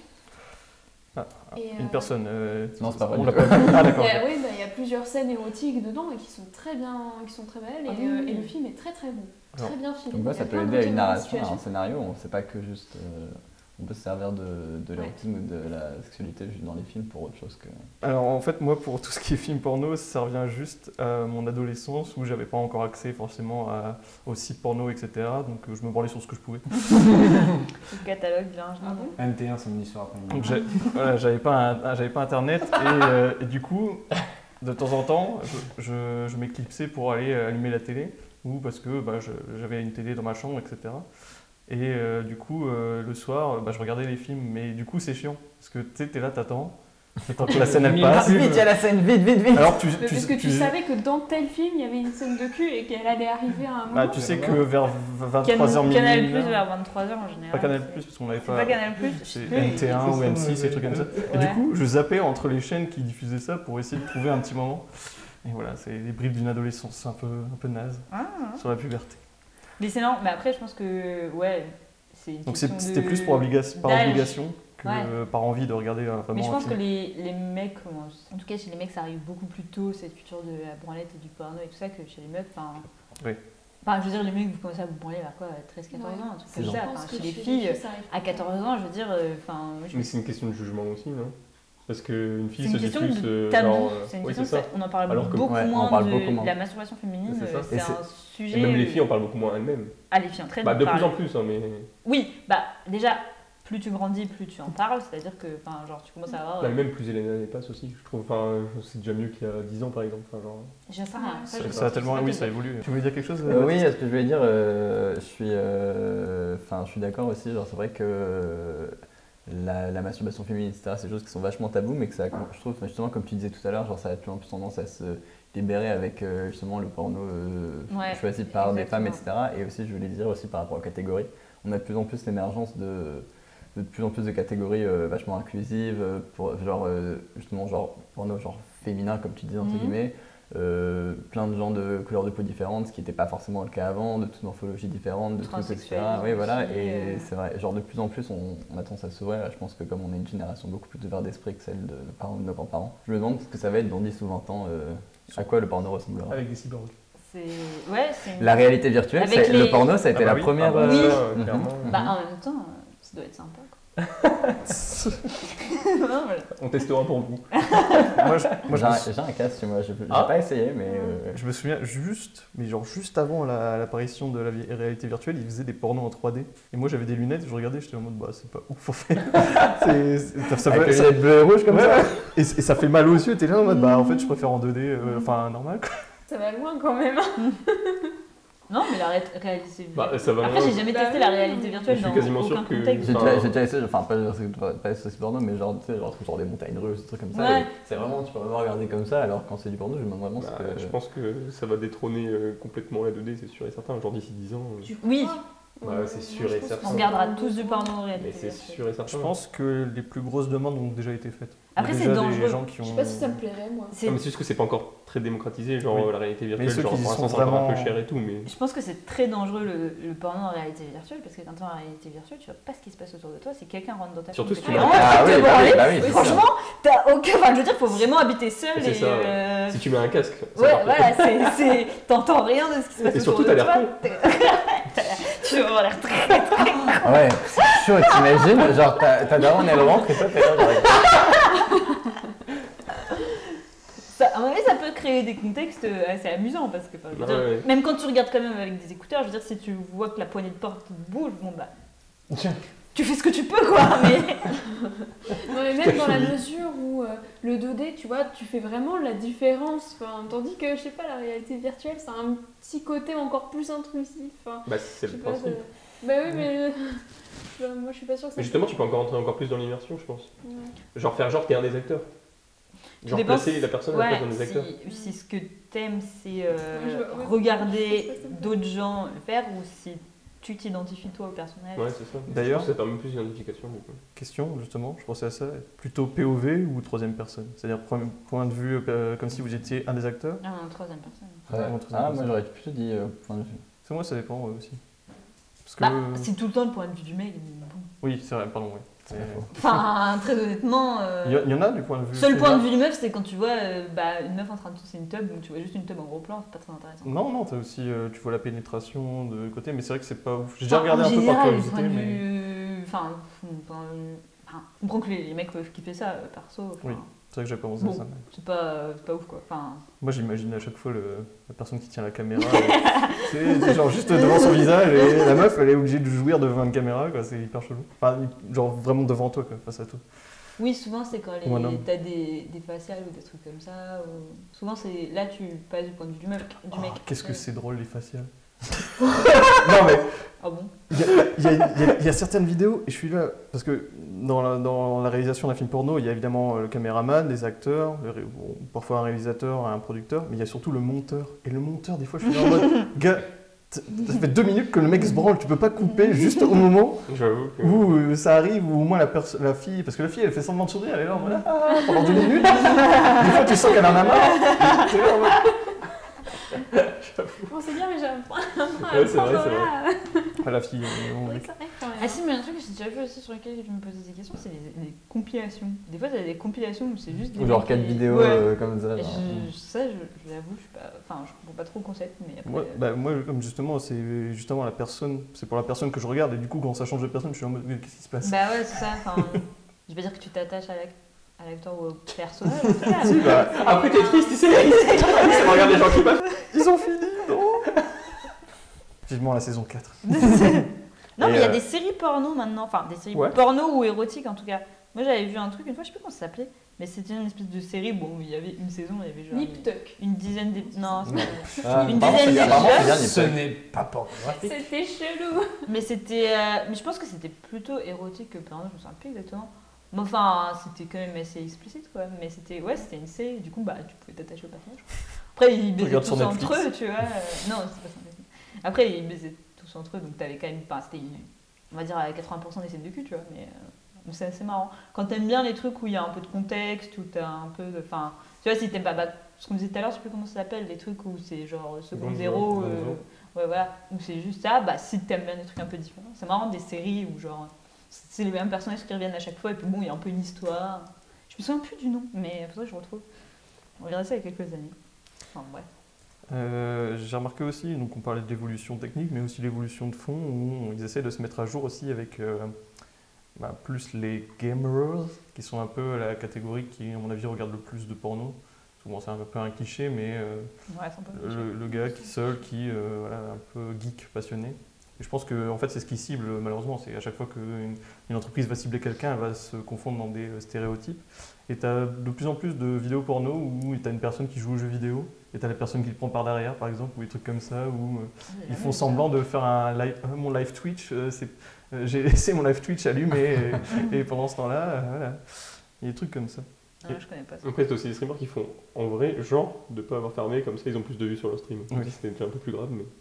Une personne. Non, c'est pas vrai. On l'a pas vu. Ah, d'accord. Il y a plusieurs scènes érotiques dedans et qui sont très bien, qui sont très belles, et le film est très très bon. Très bien filmé. Donc ça peut aider à une narration, à un scénario, on sait pas que juste... On peut se servir de l'érotisme ou de la sexualité juste dans les films pour autre chose que... Alors en fait, moi, pour tout ce qui est film porno, ça revient juste à mon adolescence où j'avais pas encore accès forcément aux sites porno, etc. Donc je me branlais sur ce que je pouvais. Le catalogue de l'ingénieur. MT1, c'est mon histoire après. Donc j'avais pas internet et du coup, de temps en temps, je m'éclipsais pour aller allumer la télé ou parce que j'avais une télé dans ma chambre, etc. Et du coup, le soir, je regardais les films, mais du coup, c'est chiant. Parce que tu sais, t'es là, t'attends que la scène elle passe. Vite, il y a la scène, vite. Alors, parce que tu savais que dans tel film, il y avait une scène de cul et qu'elle allait arriver à un moment. Tu sais que vers 23h Canal Plus vers 23h en général. Pas Canal Plus, parce qu'on n'avait pas. Canal Plus. C'est MT1 ou M6, des trucs comme ça. Et du coup, je zappais entre les chaînes qui diffusaient ça pour essayer de trouver un petit moment. Et voilà, c'est les bribes d'une adolescence un peu naze sur la puberté. Mais après, je pense que, c'est une donc c'était plus par obligation que par envie de regarder vraiment. Mais je pense que les mecs, en tout cas chez les mecs, ça arrive beaucoup plus tôt, cette culture de la branlette et du porno et tout ça, que chez les meufs. Oui. Je veux dire, les mecs, vous commencez à vous branler vers quoi, 13-14 ans, un truc comme ça. Chez les filles, à 14 ans, je veux dire... Mais c'est une question de jugement aussi, non? Parce qu'une fille se dit plus... C'est une question on en parle beaucoup moins de la masturbation féminine. C'est un sujet... Et même les filles en parlent beaucoup moins elles-mêmes. Ah, les filles en train de plus en plus, mais... Oui, déjà, plus tu grandis, plus tu en parles. C'est-à-dire que, tu commences à avoir... Même plus les années passent aussi, je trouve. C'est déjà mieux qu'il y a 10 ans, par exemple. J'en sais rien. Ça a tellement... Oui, ça évolue. Tu voulais dire quelque chose? Oui, ce que je voulais dire, je suis d'accord aussi. C'est vrai que... La masturbation féminine, etc., c'est des choses qui sont vachement tabous, mais que ça, je trouve, justement, comme tu disais tout à l'heure, ça a de plus en plus tendance à se libérer avec justement le porno choisi par des femmes, etc. Et aussi, je voulais dire aussi par rapport aux catégories, on a de plus en plus l'émergence de plus en plus de catégories vachement inclusives, pour justement porno féminin, comme tu disais, entre guillemets. Plein de gens de couleurs de peau différentes, ce qui n'était pas forcément le cas avant, de toute morphologie différente, de trucs, etc. Oui, voilà, et c'est vrai, de plus en plus on a tendance à s'ouvrir. Je pense que comme on est une génération beaucoup plus ouverte d'esprit que celle de nos grands-parents, je me demande ce que ça va être dans 10 ou 20 ans, à quoi le porno ressemblera. Avec des cyborgs. c'est La réalité virtuelle, Avec le porno, ça a été la première. Oui. Clairement. Bah, en même temps, ça doit être sympa, quoi. Non, voilà. On testera pour vous. J'ai un casque, moi, j'ai pas essayé, mais. Je me souviens juste avant l'apparition de la réalité virtuelle, ils faisaient des pornos en 3D. Et moi j'avais des lunettes, je regardais, j'étais en mode bah c'est pas ouf en fait. Ça Avec fait les lunettes bleues et rouges comme ça. et ça fait mal aux yeux, t'es là en mode bah en fait je préfère en 2D, enfin normal quoi. Ça va loin quand même. Non, mais la réalité virtuelle. Ça va Après, loin. j'ai jamais testé la réalité virtuelle Je suis dans quasiment aucun sûr que- contexte. J'ai déjà essayé, enfin pas aussi porno, mais genre, tu sais, genre des montagnes russes, des trucs comme ça. Ouais. et C'est vraiment, tu peux vraiment regarder comme ça, alors quand c'est du porno, je me demande vraiment ce que. Je pense que ça va détrôner complètement la 2D, c'est sûr et certain. Genre d'ici 10 ans. Oui, C'est sûr et certain. on regardera tous du porno en Mais réalité c'est virtuelle. sûr et certain. Je pense que les plus grosses demandes ont déjà été faites. Après, Il y a c'est déjà dangereux. des gens qui ont... Je sais pas si ça me plairait, moi. C'est- Non, mais c'est juste que c'est pas encore très démocratisé, genre Oui. la réalité Mais virtuelle, ceux genre qui pour sont l'instant c'est encore un peu vraiment- cher et tout, mais. Je pense que c'est très dangereux le porno en réalité virtuelle parce que quand tu es en réalité virtuelle, tu vois pas ce qui se passe autour de toi. Si quelqu'un rentre dans ta Surtout chambre, si tu t'es l'as- vraiment Ah oui, te bah branler. oui, bah oui, c'est Franchement, t'as aucun. Enfin, je veux dire, faut vraiment habiter seul C'est et. ça, ouais. Si tu mets un casque, c'est Ouais, parfait. voilà, t'entends rien de ce qui se passe Et autour surtout, de t'as l'air toi. con. Tu vas avoir l'air très. Ah ouais, c'est chaud, t'imagines, genre ta daronne elle rentre et toi t'es là, genre. À mon avis, ça peut créer des contextes assez amusants parce que, enfin, je veux dire, Ouais. même quand tu regardes quand même avec des écouteurs, je veux dire, si tu vois que la poignée de porte bouge, bon bah. Tu fais ce que tu peux quoi, mais. Non, mais même dans la mesure où le 2D, tu vois, tu fais vraiment la différence. Enfin, tandis que, je sais pas, la réalité virtuelle, ça a un petit côté encore plus intrusif. Enfin, Bah, c'est je le sais pas, principe. Bah oui, mais moi je suis pas sûre que ça. Mais justement, tu peux encore rentrer encore plus dans l'immersion, je pense. Ouais. Genre faire genre que t'es un des acteurs. Genre dépend placer la personne à la Ouais, place d'un des acteurs. si ce que t'aimes c'est ouais, regarder ça, c'est d'autres gens le faire ou si tu t'identifies toi au personnage. Ouais, c'est ça. D'ailleurs- ça permet plus d'identification du coup. Question justement, je pensais à ça, plutôt POV ou troisième personne? C'est-à-dire point de vue comme si vous étiez un des acteurs? Ah, en troisième personne. Ah, moi j'aurais plutôt dit point de vue. C'est moi, ça dépend aussi. Parce que... Bah, c'est tout le temps le point de vue du mec. mais bon. Oui, c'est vrai, pardon, oui. C'est pas faux. Enfin, très honnêtement. Il y en a du point de vue. Seul point de féminin. vue du meuf, c'est quand tu vois une meuf en train de tousser une tub, donc tu vois juste une tub en gros plan, c'est pas très intéressant. Non, t'as aussi, tu vois la pénétration de côté, mais c'est vrai que c'est pas ouf. J'ai déjà Enfin, regardé en un peu par général, curiosité, point de mais... vue- Enfin, je comprends que les mecs peuvent kiffer ça, perso. enfin, Oui. C'est vrai que j'ai pas pensé Bon. à ça. mais- c'est pas ouf quoi. Enfin, Moi, j'imagine à chaque fois la personne qui tient la caméra, c'est genre juste devant son visage, et la meuf, elle est obligée de jouir devant une caméra, quoi. C'est hyper chelou. Enfin, genre vraiment devant toi, quoi, face à toi. oui, souvent c'est quand Ou un homme. t'as des faciales ou des trucs comme ça. Souvent c'est là tu passes du point de vue du mec. Oh, qu'est-ce que c'est drôle les faciales. Non mais Ah bon? il y a certaines vidéos, et je suis là, parce que dans la réalisation d'un film porno, il y a évidemment le caméraman, les acteurs, bon, parfois un réalisateur, un producteur, mais il y a surtout le monteur. Et le monteur, des fois, je suis là en mode, gars, ça fait 2 minutes que le mec se branle, tu peux pas couper juste au moment J'avoue que. où ça arrive, ou au moins la fille, parce que la fille, elle fait semblant de sourire, elle est là en mode, pendant 2 minutes. Des fois, tu sens qu'elle en a marre. T'es là en mode, Bon, c'est bien, mais j'ai un point. Ouais, c'est vrai, c'est vrai. ah, la fille, Ah si, mais un truc que j'ai déjà vu aussi sur lequel je me posais des questions, c'est les compilations. Des fois, t'as des compilations où c'est juste des Ou genre mecs 4 qui- vidéos Ouais. comme ça. Et genre. ça, je l'avoue, je suis pas, enfin, je comprends pas trop le concept, mais après. moi, comme justement, c'est justement la personne, c'est pour la personne que je regarde, et du coup, quand ça change de personne, je suis en mode, mais qu'est-ce qui se passe? Bah ouais, c'est ça. Enfin, je veux pas dire que tu t'attaches à l'acteur ou au personnage. En tout cas, Si, mais- bah, Après, t'es triste, tu sais. Ça regarde les gens qui passent. ils ont fini, non? Vivement la saison 4. Non, mais il y a Et, des séries porno maintenant, enfin des séries Ouais. porno ou érotiques en tout cas. Moi j'avais vu un truc une fois, je sais plus comment ça s'appelait, mais c'était une espèce de série, bon, il y avait une saison, il y avait genre Nip Tuck. une dizaine d'épisodes. Non, c'est Non. Ah, une apparemment, dizaine c'est bien, apparemment, c'est bien, d'épisodes. Ce Nip Tuck. n'est pas pornographique. C'était chelou. Mais c'était. Mais je pense que c'était plutôt érotique que porno, je me souviens plus exactement. Mais enfin, c'était quand même assez explicite quoi. Mais c'était une série, du coup, bah, tu pouvais t'attacher au personnage. Après, ils baisaient Regarde tous sur entre Netflix. eux, tu vois. Non, c'est pas sur Netflix. Après, ils baisaient tous entre eux, donc t'avais quand même. Enfin, c'était, on va dire, à 80% des scènes de cul, tu vois. Mais c'est assez marrant. Quand t'aimes bien les trucs où il y a un peu de contexte, où t'as un peu de. Enfin, tu vois, si t'aimes pas. Bah, ce qu'on disait tout à l'heure, je sais plus comment ça s'appelle, les trucs où c'est genre seconde zéro. Ouais, voilà. Où c'est juste ça, bah, si t'aimes bien des trucs un peu différents. C'est marrant des séries où, genre, c'est les mêmes personnages qui reviennent à chaque fois, et puis bon, il y a un peu une histoire. Je me souviens plus du nom, mais il faudrait que je retrouve. On verra ça il y a quelques années. Enfin, bref. J'ai remarqué aussi, donc on parlait de l'évolution technique, mais aussi l'évolution de fond, où ils essaient de se mettre à jour aussi avec plus les gamers, qui sont un peu la catégorie qui, à mon avis, regarde le plus de porno. Souvent, c'est un peu un cliché, mais le gars qui voilà, un peu geek, passionné. Et je pense que en fait, c'est ce qui cible, malheureusement. C'est à chaque fois qu'une entreprise va cibler quelqu'un, elle va se confondre dans des stéréotypes. Et tu as de plus en plus de vidéos porno où tu as une personne qui joue aux jeux vidéo, et tu as la personne qui le prend par derrière, par exemple, ou des trucs comme ça, où ils font semblant de faire mon live Twitch. J'ai laissé mon live Twitch allumé, et pendant ce temps-là, voilà. Il y a des trucs comme ça. Ah, je connais pas ça. Après, c'est aussi des streamers qui font, en vrai, genre, de pas avoir fermé, comme ça, ils ont plus de vues sur leur stream. Oui. C'était déjà un peu plus grave, mais...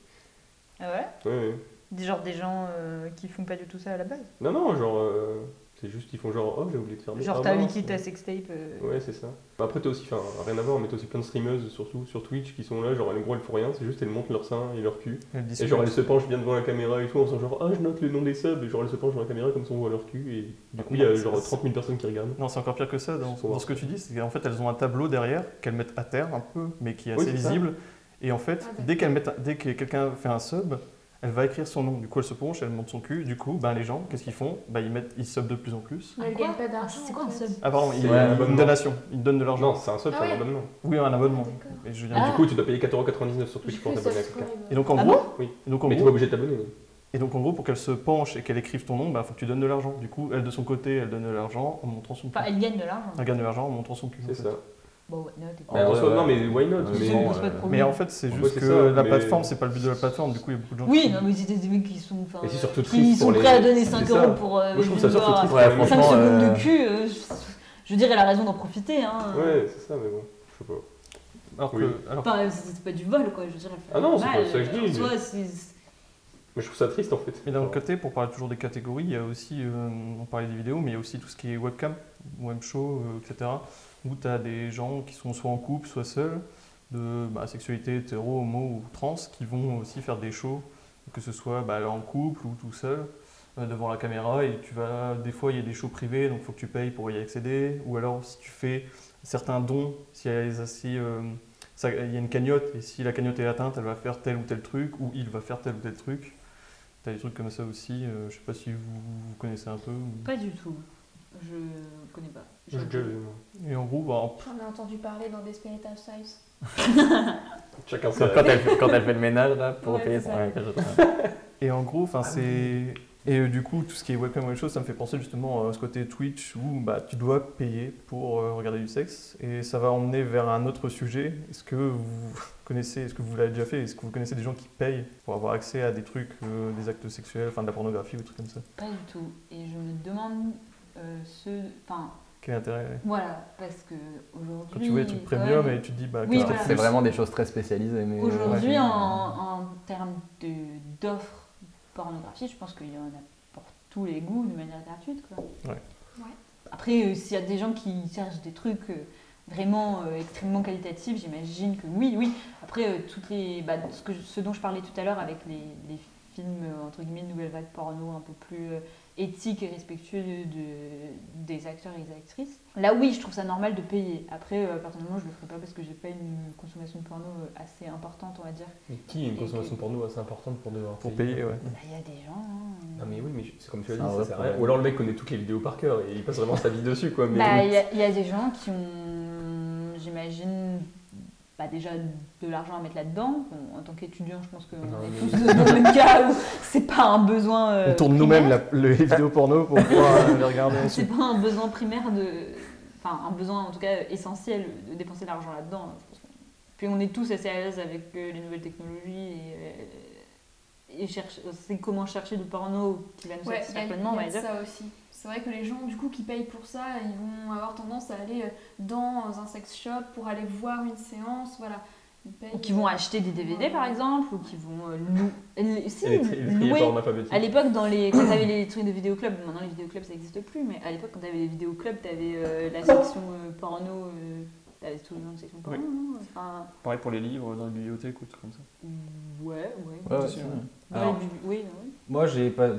Ah ouais? Ouais. Des gens qui font pas du tout ça à la base? Non, genre... C'est juste qu'ils font genre, oh, j'ai oublié de fermer. Genre, t'as liquide ta sextape. Ouais, c'est ça. Après, t'as aussi, enfin, rien à voir, mais t'as aussi plein de streameuses, surtout sur Twitch, qui sont là, genre, en gros, elles font rien, c'est juste, elles montent leur sein et leur cul. Et genre, elles se penchent bien devant la caméra et tout, en faisant genre, ah, je note le nom des subs, et genre, elles se penchent devant la caméra comme ça, on voit leur cul, et du coup, il y a genre 30 000 personnes qui regardent. Non, c'est encore pire que ça. Dans ce que tu dis, c'est qu'en fait, elles ont un tableau derrière qu'elles mettent à terre un peu, mais qui est assez visible. Et en fait, dès que quelqu'un fait un sub, elle va écrire son nom. Du coup, elle se penche, elle monte son cul. Du coup, les gens, qu'est-ce qu'ils font? Ils sub de plus en plus. Mais elle gagne pas d'argent. C'est quoi un sub? Ah pardon, une donation. Ils donnent de l'argent. Non, c'est un sub, c'est un abonnement. Oui, un abonnement. Et Du coup, tu dois payer 4,99€ sur Twitch pour t'abonner à quelqu'un. Et donc en gros, oui. Mais tu es obligé de t'abonner. Et donc en gros, pour qu'elle se penche et qu'elle écrive ton nom, il faut que tu donnes de l'argent. Du coup, elle de son côté, elle donne de l'argent en montrant son cul. Enfin, elle gagne de l'argent. Elle gagne de l'argent en montrant son cul. C'est ça. Bon, why not? Non, mais why not? Mais en fait, c'est juste que la plateforme, c'est pas le but de la plateforme. Du coup, il y a beaucoup de gens Oui, non, mais c'était des mecs qui sont. Et c'est surtout qui sont prêts à donner 5 € pour. Moi, je trouve ça surtout triste. 5 secondes de cul, je veux dire, elle a raison d'en profiter. Hein. Ouais, c'est ça, mais bon, je sais pas. Enfin, c'est pas du vol, quoi. Je veux dire, elle fait ah non, c'est pas ça que je dis. Soit, mais je trouve ça triste en fait. Mais d'un autre côté, pour parler toujours des catégories, il y a aussi, on parlait des vidéos, mais il y a aussi tout ce qui est webcam, web show, etc. Où tu as des gens qui sont soit en couple, soit seuls, de sexualité hétéro, homo ou trans, qui vont aussi faire des shows, que ce soit en couple ou tout seul, devant la caméra. Et des fois, il y a des shows privés, donc il faut que tu payes pour y accéder. Ou alors, si tu fais certains dons, il y a une cagnotte, et si la cagnotte est atteinte, elle va faire tel ou tel truc, ou il va faire tel ou tel truc. T'as des trucs comme ça aussi, je sais pas si vous connaissez un peu. Pas du tout, je connais pas. Et en gros, j'en ai entendu parler dans Desperate Housewives. Chacun quand elle fait le ménage là, pour payer son... Et en gros, c'est... Et du coup, tout ce qui est webcam ou autre chose, ça me fait penser justement à ce côté Twitch où tu dois payer pour regarder du sexe. Et ça va emmener vers un autre sujet. Est-ce que vous l'avez déjà fait? Est-ce que vous connaissez des gens qui payent pour avoir accès à des trucs, des actes sexuels, de la pornographie ou des trucs comme ça? Pas du tout. Et je me demande quel intérêt? Voilà, parce que aujourd'hui... Quand tu vois des trucs premium et tu te dis... oui, c'est vraiment des choses très spécialisées. Mais aujourd'hui, en termes d'offres pornographie, je pense qu'il y en a pour tous les goûts de manière gratuite, quoi. Ouais. Après, s'il y a des gens qui cherchent des trucs vraiment extrêmement qualitatifs, j'imagine que oui. Après, ce dont je parlais tout à l'heure avec les films entre guillemets nouvelle vague porno un peu plus éthiques et respectueux des acteurs et des actrices. Là oui, je trouve ça normal de payer. Après, personnellement, je le ferai pas parce que j'ai pas une consommation de porno assez importante, on va dire. Mais qui a une consommation de porno assez importante pour devoir payer? Ouais. Il y a des gens. Non mais oui, mais c'est comme tu l'as dit, ça sert à rien. Ou alors le mec connaît toutes les vidéos par cœur et il passe vraiment sa vie dessus, quoi. Mais il y a des gens qui ont, j'imagine, déjà de l'argent à mettre là-dedans. Bon, en tant qu'étudiant, je pense qu'on est tous dans le même cas où c'est pas un besoin on tourne nous-mêmes les vidéos porno pour pouvoir les regarder. C'est pas un besoin primaire un besoin en tout cas essentiel de dépenser de l'argent là-dedans. Puis on est tous assez à l'aise avec les nouvelles technologies et c'est comment chercher du porno qui va nous satisfaire pleinement, on va dire. Ça aussi. C'est vrai que les gens du coup qui payent pour ça, ils vont avoir tendance à aller dans un sex shop pour aller voir une séance, voilà. Ou qui vont acheter des DVD par exemple, ou qui vont louer. À l'époque, quand tu avais les trucs de vidéoclub, maintenant les vidéoclubs ça n'existe plus, mais à l'époque quand tu avais les vidéoclubs, tu avais la section porno, tu avais tout le monde de section porno. Oui. Pareil pour les livres dans les bibliothèques ou tout comme ça. Ouais. Oui. Moi j'ai pas.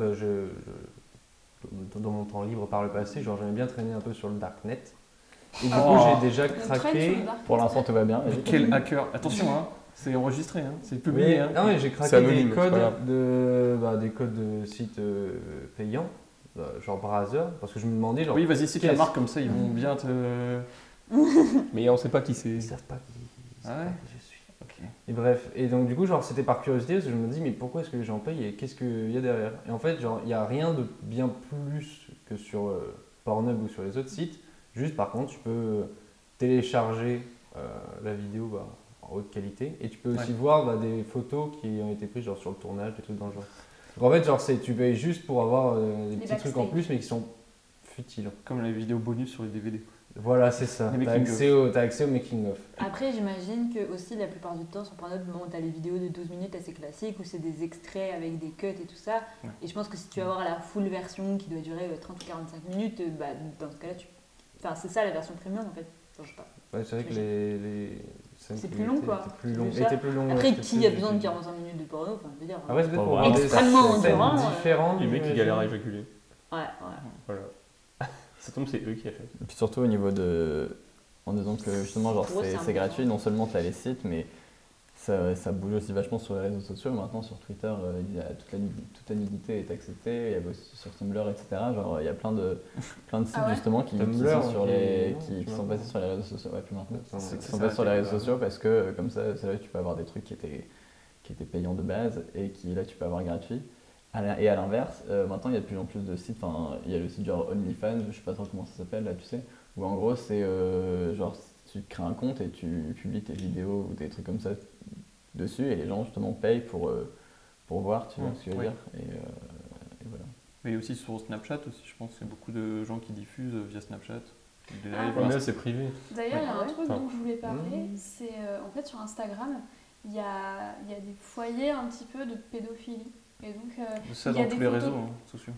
Dans mon temps libre par le passé, j'aimais bien traîner un peu sur le darknet. Et du coup, j'ai déjà craqué. Pour l'instant, tout va bien. Quel hacker! Attention, C'est enregistré, hein. C'est publié. Hein. Non, mais j'ai craqué anonyme, des codes de sites payants, genre Browser, parce que je me demandais. Genre, oui, vas-y, cite la marque comme ça, ils vont bien te. Mais on sait pas qui c'est. Ils savent pas qui Ah ouais je suis. Ok. Et bref, et donc du coup, genre, c'était par curiosité, parce que je me dis, mais pourquoi est-ce que les gens payent et qu'est-ce qu'il y a derrière? Et en fait, genre, il n'y a rien de bien plus que sur Pornhub ou sur les autres sites. Juste, par contre, tu peux télécharger la vidéo en haute qualité et tu peux aussi voir des photos qui ont été prises genre, sur le tournage, des trucs dans le genre. Donc en fait, genre, tu payes juste pour avoir des petits trucs en plus, mais qui sont futiles. Comme les vidéos bonus sur les DVD. Voilà, c'est ça. T'as accès au making-of. Après, j'imagine que aussi la plupart du temps sur Pornhub, t'as les vidéos de 12 minutes assez classiques où c'est des extraits avec des cuts et tout ça. Ouais. Et je pense que si tu vas voir la full version qui doit durer 30 ou 45 minutes, dans ce cas-là, Enfin, c'est ça la version premium en fait. Enfin, je sais pas. Ouais, c'est vrai que les c'est plus long quoi. Plus long. Après, qui a besoin de 45 minutes de porno? Enfin, je veux dire. Ah ouais, c'est pour extrêmement endurant. Différent. Les mecs qui galèrent à éjaculer. Ouais. Voilà. Ça tombe, c'est eux qui a fait. Et puis surtout au niveau de. En disant que justement, genre, c'est gratuit, non seulement tu as les sites, mais ça bouge aussi vachement sur les réseaux sociaux. Maintenant, sur Twitter, toute la nudité est acceptée. Il y a aussi sur Tumblr, etc. Genre, il y a plein de sites justement qui sont passés sur les réseaux sociaux. Ouais, plus maintenant. Qui sont passés sur les réseaux sociaux parce que comme ça, c'est là que tu peux avoir des trucs qui étaient payants de base et qui là tu peux avoir gratuit. Et à l'inverse, maintenant il y a de plus en plus de sites. Enfin, il y a le site genre OnlyFans, je sais pas trop comment ça s'appelle là, tu sais. Où en gros, c'est genre tu crées un compte et tu publies tes vidéos ou des trucs comme ça dessus et les gens justement payent pour voir, tu vois ce que je veux dire. Et voilà. Mais aussi sur Snapchat aussi, je pense qu'il y a beaucoup de gens qui diffusent via Snapchat. Mais c'est privé. D'ailleurs, il y a un truc dont je voulais parler, c'est en fait sur Instagram, il y a des foyers un petit peu de pédophilie. Et donc, ça dans tous les réseaux sociaux.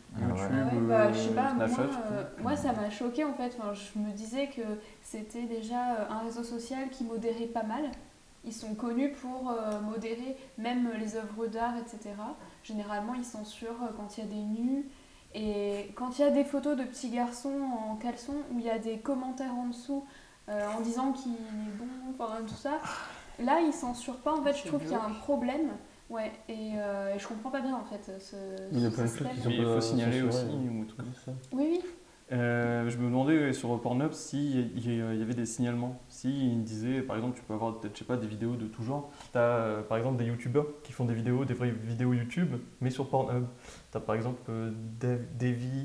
Je sais pas, moi ça m'a choqué en fait. Enfin, je me disais que c'était déjà un réseau social qui modérait pas mal. Ils sont connus pour modérer même les œuvres d'art, etc. Généralement, ils censurent quand il y a des nus. Et quand il y a des photos de petits garçons en caleçon, où il y a des commentaires en dessous en disant qu'il est bon, enfin tout ça, là, ils censurent pas. En fait, je trouve qu'il y a un problème. Ouais, et je comprends pas bien en fait il y a plein de trucs qui sont il faut signaler aussi ou tout comme ça. Oui. Je me demandais sur Pornhub s'il y avait des signalements. S'ils disaient, par exemple, tu peux avoir peut-être, je sais pas, des vidéos de tout genre. Tu as par exemple des youtubeurs qui font des vraies vidéos YouTube, mais sur Pornhub. Tu as par exemple Davy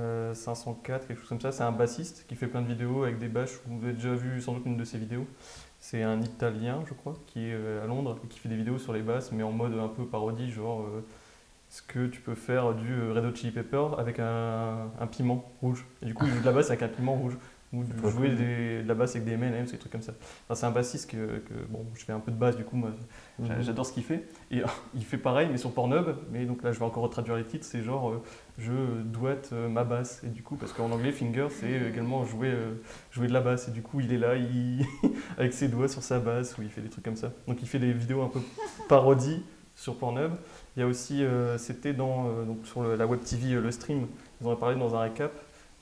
504, quelque chose comme ça. C'est un bassiste qui fait plein de vidéos avec des bâches. Vous avez déjà vu sans doute une de ses vidéos. C'est un Italien, je crois, qui est à Londres et qui fait des vidéos sur les basses, mais en mode un peu parodie, genre est-ce que tu peux faire du Red Hot Chili Pepper avec un piment rouge? Et du coup, il joue de la basse avec un piment rouge. Ou jouer de la basse avec des M&M's, des trucs comme ça. Enfin, c'est un bassiste que bon, je fais un peu de basse, du coup, moi, j'adore ce qu'il fait. Et il fait pareil, mais sur Pornhub. Mais donc là, je vais encore retraduire les titres. C'est genre, je doite ma basse. Et du coup, parce qu'en anglais, finger, c'est également jouer de la basse. Et du coup, il est là, avec ses doigts sur sa basse, ou il fait des trucs comme ça. Donc, il fait des vidéos un peu parodies sur Pornhub. Il y a aussi, c'était donc sur la web TV, le stream, ils en ont parlé dans un récap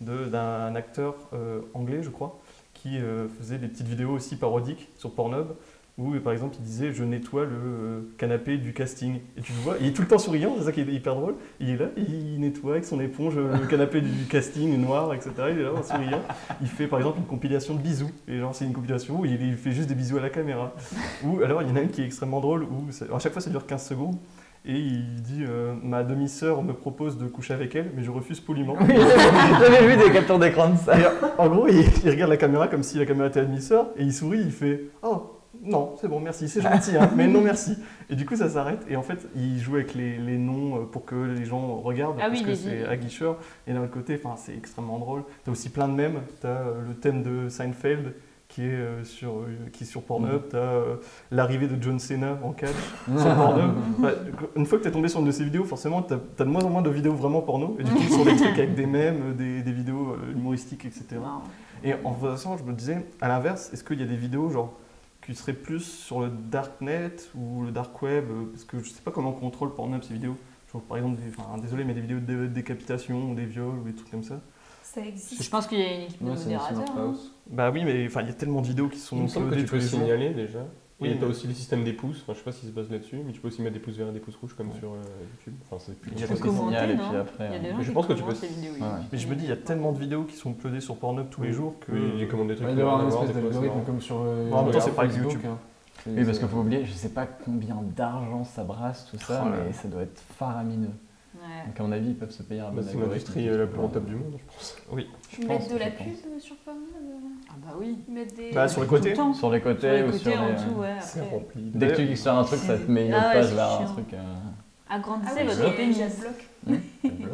d'un acteur anglais, je crois, qui faisait des petites vidéos aussi parodiques sur Pornhub, où par exemple il disait « je nettoie le canapé du casting ». Et tu le vois, il est tout le temps souriant, c'est ça qui est hyper drôle. Il est là, il nettoie avec son éponge le canapé du casting noir, etc. Il est là en souriant. Il fait par exemple une compilation de bisous. Et genre c'est une compilation où il fait juste des bisous à la caméra. Ou alors il y en a une qui est extrêmement drôle, où à chaque fois ça dure 15 secondes. Et il dit ma demi-sœur me propose de coucher avec elle, mais je refuse poliment. Oui, j'avais vu des captures d'écran de ça. Et, en gros, il regarde la caméra comme si la caméra était la demi-sœur, et il sourit, il fait oh non, c'est bon, merci, c'est gentil, hein, mais non merci. Et du coup, ça s'arrête. Et en fait, il joue avec les noms pour que les gens regardent, parce que c'est aguicheur. Et d'un autre côté, c'est extrêmement drôle. T'as aussi plein de mèmes. T'as le thème de Seinfeld qui est sur Pornhub, t'as l'arrivée de John Cena en catch sur Pornhub. Une fois que t'es tombé sur une de ces vidéos, forcément t'as de moins en moins de vidéos vraiment porno, et du coup sur des trucs avec des mèmes, des vidéos humoristiques, etc. Wow. Et en faisant ça, je me disais, à l'inverse, est-ce qu'il y a des vidéos genre qui seraient plus sur le darknet ou le dark web, parce que je sais pas comment on contrôle Pornhub ces vidéos. Genre, par exemple, désolé, mais des vidéos de décapitation ou des viols ou des trucs comme ça. Ça existe. Je pense qu'il y a une équipe de modérateurs. Bah oui, mais il y a tellement de vidéos qui sont uploadées. Tu peux signaler déjà. Oui, et t'as aussi les systèmes des pouces, enfin, je sais pas si ça se base là-dessus, mais tu peux aussi mettre des pouces verts et des pouces rouges comme sur YouTube. Enfin, c'est plus... Il y a des signaux et puis après... Il y a des gens je qui pense que tu commentent peux... les vidéos, oui. Mais je me dis, il y a tellement de vidéos qui sont uploadées sur Pornhub tous les jours que... Oui, ils commandent des trucs. Il doit y avoir une espèce d'algorithme comme sur. En même temps, c'est pas avec Facebook. YouTube. Oui, parce qu'il faut oublier, je sais pas combien d'argent ça brasse tout ça, mais ça doit être faramineux. Ouais. Donc à mon avis, ils peuvent se payer un bon C'est l'industrie la plus rentable du monde, je pense. Oui. Ils mettent de la pub sur Pornhub. Ah bah oui. Ils mettent des... Bah, sur les côtés. Tout le temps. Sur les côtés ou sur en les... dessous, ouais. C'est après. rempli. Dès que tu cliques sur un truc, ça te met une autre Ah ouais, page c'est vers un chiant. truc... Agrandissez oui, votre pénis. j'adbloque.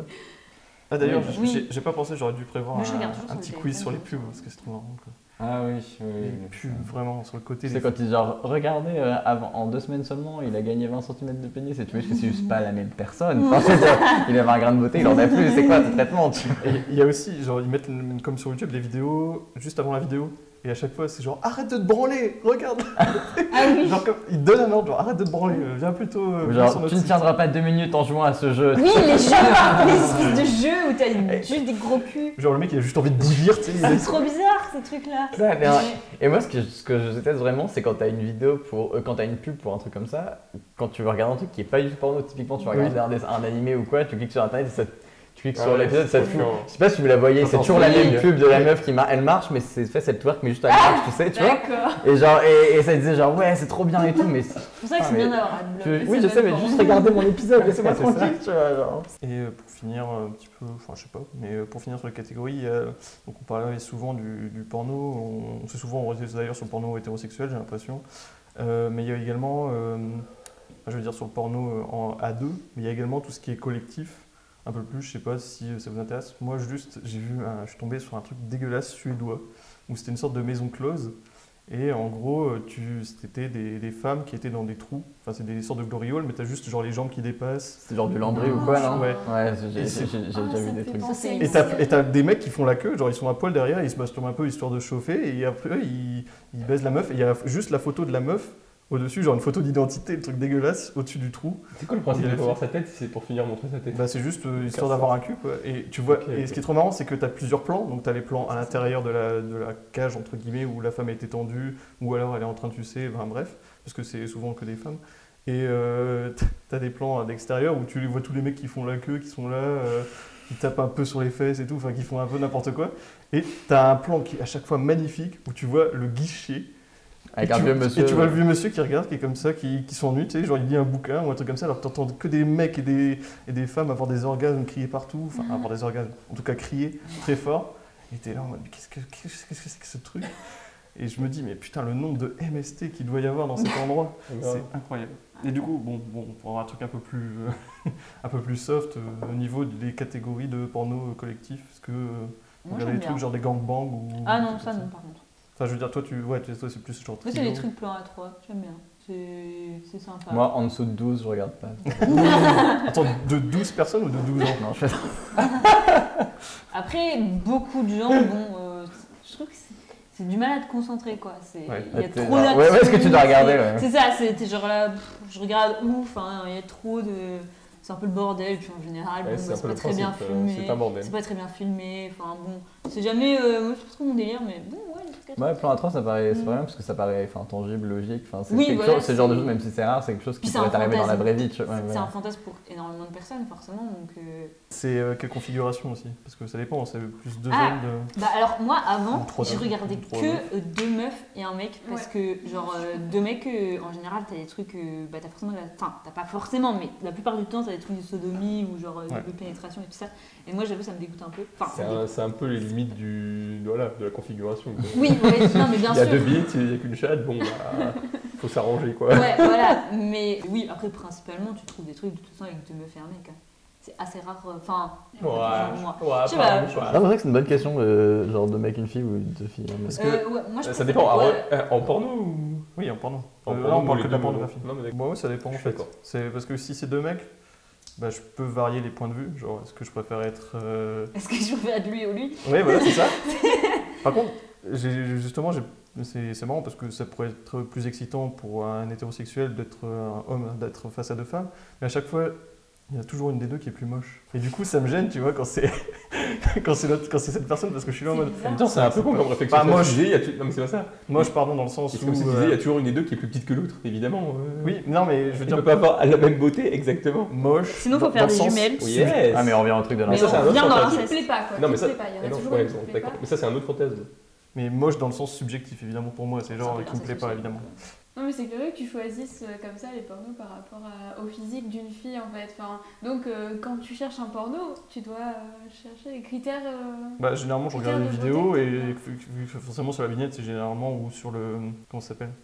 Ah d'ailleurs, Oui. j'ai pas pensé, j'aurais dû prévoir Moi, je regarde toujours un sur petit le quiz sur les téléphone, pubs, parce que c'est trop marrant. Quoi. Ah oui, Les pubs, vraiment, sur le côté. C'est quand ils genre, regardez, en 2 semaines seulement, il a gagné 20 cm de pénis et tu vois que c'est juste pas la même personne. Enfin, je veux dire, il avait un grain de beauté, il en a plus, c'est quoi ce traitement tu vois. Et il y a aussi, genre, ils mettent comme sur YouTube les vidéos juste avant la vidéo. Et à chaque fois, c'est genre arrête de te branler, regarde. Ah oui. Genre comme, ils te donnent un ordre, genre arrête de te branler, viens plutôt. Ou viens sur genre, notre tu ne site. tiendras pas 2 minutes en jouant à ce jeu. Oui, les jeux, les espèces de jeux où t'as juste des gros culs. Genre le mec il a juste envie de bouillir, tu sais. C'est trop bizarre ces trucs-là. Ouais, mais, et moi, ce que je déteste vraiment, c'est quand t'as une vidéo quand t'as une pub pour un truc comme ça, quand tu veux regarder un truc qui est pas du tout porno, typiquement tu vas regarder un animé ou quoi, tu cliques sur internet et tu cliques sur l'épisode, ça te fout. Je sais pas si vous la voyez, c'est toujours la même pub de la meuf qui elle marche, mais c'est fait cette twerk, mais juste elle marche, tu sais, tu vois. D'accord. Et genre, et ça disait genre, ouais, c'est trop bien et tout, mais. C'est pour ça que c'est bien d'avoir Adblock. Oui, je sais, mais juste regardez mon épisode, laissez-moi C'est ça. tranquille, tu vois. Genre. Et pour finir un petit peu, enfin je sais pas, mais pour finir sur les catégories, donc on parlait souvent du porno, on s'est souvent orienté d'ailleurs sur le porno hétérosexuel, j'ai l'impression, mais il y a également, je veux dire sur le porno en A2, mais il y a également tout ce qui est collectif, un peu plus, je sais pas si ça vous intéresse. Moi juste, je suis tombé sur un truc dégueulasse suédois, où c'était une sorte de maison close. Et en gros, c'était des femmes qui étaient dans des trous. Enfin, c'est des sortes de glorioles, mais t'as juste genre les jambes qui dépassent. C'est genre du lambris ou quoi, non? Ouais. Ouais, j'ai Et déjà vu des trucs. Et t'as des mecs qui font la queue, genre ils sont à poil derrière, ils se masturbent un peu histoire de chauffer, et après ils baisent la meuf, et il y a juste la photo de la meuf au-dessus, genre une photo d'identité, le truc dégueulasse, au-dessus du trou. C'est quoi le principe de voir sa tête si c'est pour finir montrer sa tête? Bah c'est juste histoire d'avoir un cul, quoi. Et tu vois, et ce qui est trop marrant, c'est que t'as plusieurs plans, donc t'as les plans à l'intérieur de la cage, entre guillemets, où la femme est étendue, ou alors elle est en train de sucer, enfin bref, parce que c'est souvent que des femmes. Et t'as des plans à l'extérieur où tu les vois tous les mecs qui font la queue, qui sont là, qui tapent un peu sur les fesses et tout, enfin qui font un peu n'importe quoi. Et t'as un plan qui est à chaque fois magnifique, où tu vois le guichet. Avec un vieux monsieur. Et tu vois le vieux monsieur qui regarde, qui est comme ça, qui s'ennuie, tu sais, genre il lit un bouquin ou un truc comme ça, alors que t'entends que des mecs et des femmes avoir des orgasmes, crier partout, enfin avoir des orgasmes, en tout cas crier très fort. Et t'es là en mode, mais qu'est-ce que c'est que ce truc? Et je me dis, mais putain, le nombre de MST qu'il doit y avoir dans cet endroit, c'est incroyable. Et du coup, bon, pour avoir un truc un peu plus soft, au niveau des catégories de porno collectif, est-ce que vous regardez des trucs genre des gangbangs ou... Ah non, ça non, par contre. Enfin, je veux dire, toi, toi c'est plus genre... Moi, c'est des trucs plans à 3, j'aime bien. C'est sympa. Moi, en dessous de 12, je regarde pas. Attends, de 12 personnes ou de 12 ans? Non, je fais ça. Après, beaucoup de gens, je trouve que c'est du mal à te concentrer, quoi. Il y a trop d'actions. Ouais, est-ce que tu dois regarder, ouais. C'est ça, t'es genre là, je regarde ouf, il y a trop de... C'est un peu le bordel, puis en général, Ouais, c'est pas très bien filmé. C'est un bordel. C'est pas très bien filmé, enfin bon, c'est jamais, moi c'est pas trop mon délire, mais bon, ouais, les trucs à Ouais, plan A3, ça paraît, c'est vrai, parce que ça paraît tangible, logique. C'est Oui, quelque voilà, chose, c'est le genre de choses, même si c'est rare, c'est quelque chose qui Puis pourrait c'est un t'arriver dans la vraie vie. fantasme. C'est un fantasme pour énormément de personnes, forcément, donc... C'est quelle configuration aussi? Parce que ça dépend, c'est plus deux Ah. hommes de... Bah alors moi avant, Ou trois je hommes, regardais ou trois que 2 meufs et un mec parce que genre 2 mecs en général t'as des trucs bah t'as forcément t'as pas forcément mais la plupart du temps t'as des trucs de sodomie ou genre de pénétration et tout ça et moi j'avoue ça me dégoûte un peu. C'est un peu les limites de la configuration. Quoi. Oui, non mais bien sûr. Il y a sûr. 2 bits, il n'y a qu'une chatte, bon bah faut s'arranger quoi. Ouais voilà, mais oui après principalement tu trouves des trucs de toute façon avec 2 meufs et un mec. C'est assez rare, enfin, moi. Je sais pas. C'est vrai que c'est une bonne question, genre de mec une fille ou de fille. Parce que moi, je ça dépend, en porno ou... Oui, en porno. En Là, porno, on parle les que de la deux, pornographie. non, mais Moi, ça dépend en fait. C'est parce que si c'est 2 mecs, bah, je peux varier les points de vue. Genre, est-ce que je préfère être... Est-ce que je préfère être lui ou lui? Oui, voilà, c'est ça. Par contre, c'est marrant parce que ça pourrait être plus excitant pour un hétérosexuel d'être un homme, d'être face à 2 femmes. Mais à chaque fois, il y a toujours une des deux qui est plus moche. Et du coup, ça me gêne, tu vois, quand c'est cette personne, parce que je suis là en mode. En même temps, c'est un peu con comme réflexion. Pas moche. Non, mais c'est pas ça. Moche, pardon, dans le sens C'est où. comme si tu disais, il y a toujours une des deux qui est plus petite que l'autre, évidemment. Oui, non, mais je veux Tu dire. peux pas avoir la même beauté, exactement. Moche. Sinon, faut dans faire le des sens- jumelles. Oui, yes. Ah, mais on revient au truc de Mais Mais ça, c'est un on autre revient dans fantasme. Qui l'inceste. te plaît pas, quoi. Non, mais Qui ça. te plaît pas. Il y en a Non, toujours ouais, une qui te plaît d'accord. pas. Mais ça, c'est un autre fantasme. Mais moche dans le sens subjectif, évidemment, pour moi. C'est genre Ça, qui me plaît pas, évidemment. Non, mais c'est curieux que tu choisisses comme ça les pornos par rapport au physique d'une fille en fait. Enfin, donc quand tu cherches un porno, tu dois chercher les critères. Bah, généralement, je regarde Critères les de vidéos beauté, et ouais. vu que forcément sur la vignette, c'est généralement ou sur le. Comment ça s'appelle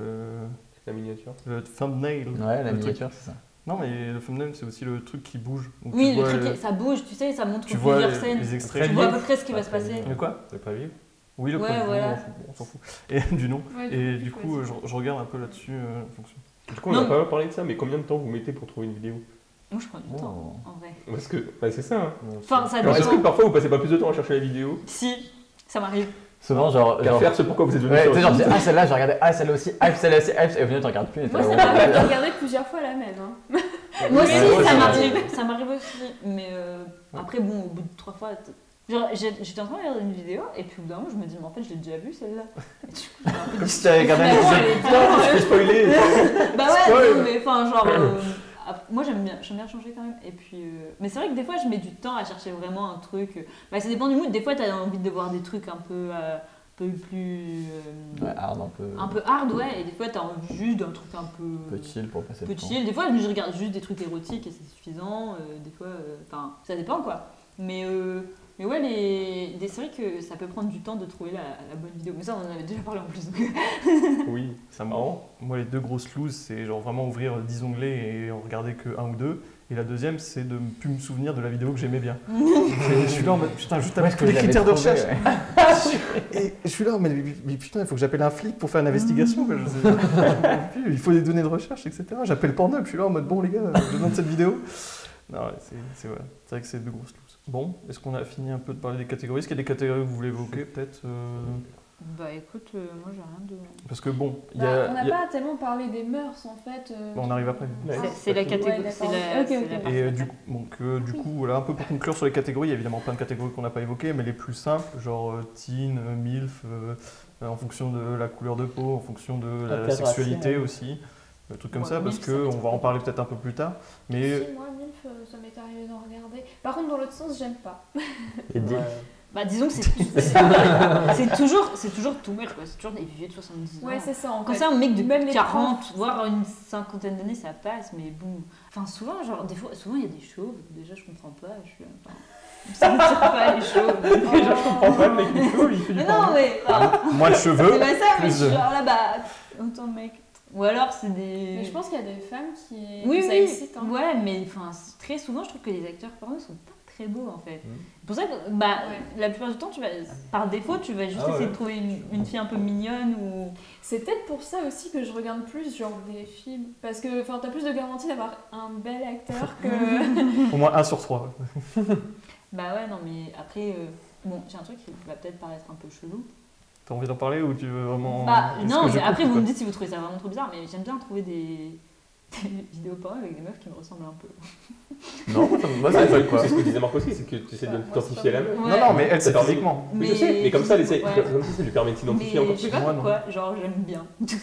La miniature. le thumbnail. Ouais, la Le miniature, c'est ça. Non, mais le thumbnail, c'est aussi le truc qui bouge. Donc, Oui, tu le vois truc, les- ça bouge, tu sais, ça montre Tu vois plusieurs scènes. les extraits. Tu vois à peu près ce qui va se passer. Le quoi Le preview. Oui, le Ouais, premier, voilà. on s'en fout. Et du nom. Ouais, Et tu du coup, choisis. je regarde un peu là-dessus en fonction. Du coup, on Non. n'a pas parlé de ça, mais combien de temps vous mettez pour trouver une vidéo? Moi, je prends du temps, Oh. en vrai. Parce que, bah, c'est ça. Hein. Enfin, ça Alors, est-ce que dépend. parfois vous passez pas plus de temps à chercher la vidéo Si, ça m'arrive. Souvent, genre. qu'à faire ce pourquoi vous êtes venu Ouais, sur tu sais, genre, je dis, site? ah, celle-là, j'ai regardé, ah, celle-là aussi, ah, celle-là aussi, ah, et au final, tu regardes plus. Et t'es Moi, là, ça bon, m'arrive de bah, regarder plusieurs fois la même. Hein. Moi aussi, Ouais, ça ouais, m'arrive. Ça m'arrive aussi. Mais après, bon, au bout de 3 fois. Genre, j'étais en train de regarder une vidéo, et puis au bout d'un moment, je me dis, mais en fait, je l'ai déjà vue celle-là. Et du coup, j'ai un peu Comme dit, si tu avais regardé un finalement, épisode. elle est bien, Je vais spoiler. Bah ouais, Spoil. non, mais enfin, genre. Moi, j'aime bien changer quand même. Et puis, mais c'est vrai que des fois, je mets du temps à chercher vraiment un truc. Bah, ça dépend du mood. Des fois, t'as envie de voir des trucs un peu plus. Ouais, hard, Un peu hard, ouais. Et des fois, t'as envie juste d'un truc un peu. peu chill pour passer le temps. Chill. Des fois, je regarde juste des trucs érotiques et c'est suffisant. Des fois, enfin, ça dépend quoi. Mais ouais, c'est vrai que ça peut prendre du temps de trouver la bonne vidéo. Mais ça, on en avait déjà parlé en plus. Donc... Oui, Ça me rend. Moi, les deux grosses looses, c'est genre vraiment ouvrir 10 onglets et en regarder que un ou deux. Et la deuxième, c'est de ne plus me souvenir de la vidéo que j'aimais bien. Et je suis là en mode, putain, juste avec tous les critères de recherche. Et je suis là en mode, mais putain, il faut que j'appelle un flic pour faire une investigation. Quoi. Il faut des données de recherche, etc. J'appelle Pornhub, je suis là en mode, bon les gars, je demande cette vidéo. Non, ouais, c'est vrai que c'est deux grosses looses. Bon, est-ce qu'on a fini un peu de parler des catégories? Est-ce qu'il y a des catégories que vous voulez évoquer, peut-être Bah écoute, moi j'ai rien de. Parce que bon, il y Bah, a... on n'a pas tellement parlé des mœurs en fait. Bon, on arrive après. C'est la catégorie. Ouais, c'est d'accord. la, Ok, c'est ok. la Et partie du après. coup, voilà, un peu pour conclure sur les catégories, il y a évidemment plein de catégories qu'on n'a pas évoquées, mais les plus simples, genre teen, MILF, en fonction de la couleur de peau, en fonction de la Intégration, sexualité ouais. aussi, des trucs comme Ouais, ça, parce MILF, ça m'est qu'on va en parler peut-être un peu plus tard. Mais Si, moi, MILF, ça m'est arrivé d'en regarder. Par contre, dans l'autre sens, j'aime pas. Et dis, Bah disons que c'est toujours tout mûr quoi, c'est toujours des vieux de 70 ans. Ouais, c'est ça en Comme fait. ça, un mec de Même les 40, profs, voire une cinquantaine d'années, ça passe, mais bon. Enfin, souvent, genre, souvent, il y a des chauves, déjà, je comprends pas. Ça me tire pas les chauves. Déjà, je comprends pas, le mec il chaud, il fait du Mais porno. non, mais. enfin, moins de cheveux, c'est pas ça, mais je plus suis de... genre là, bah. Autant de mecs. Ou alors, c'est des. Mais je pense qu'il y a des femmes qui Oui, que ça oui, excite. Hein. ouais, mais enfin, très souvent, je trouve que les acteurs porno sont pas très beaux en fait. Mhm. C'est pour ça que, bah, Ouais. la plupart du temps, par défaut, tu vas juste Ah ouais. essayer de trouver une fille un peu mignonne ou. C'est peut-être pour ça aussi que je regarde plus genre des films. Parce que t'as plus de garantie d'avoir un bel acteur que. Au moins 1 sur 3. Bah ouais, non, mais après, bon, j'ai un truc qui va peut-être paraître un peu chelou. T'as envie d'en parler ou tu veux vraiment... Bah, Est-ce non, que je mais après, coupe, vous me quoi dites si vous trouvez ça vraiment trop bizarre, mais j'aime bien trouver des vidéos porno avec des meufs qui me ressemblent un peu. non, moi, ça Ouais, me fait quoi. c'est ce que disait Marc aussi, c'est que tu essaies de Ouais, moi, t'identifier à la meuf. Ouais. Non, non, mais elle, c'est D'accord. physiquement. Oui, je sais, mais comme ça, ouais. comme ça, ça lui permet de s'identifier Mais encore je sais plus. pas Moi, non. pourquoi, genre, j'aime bien.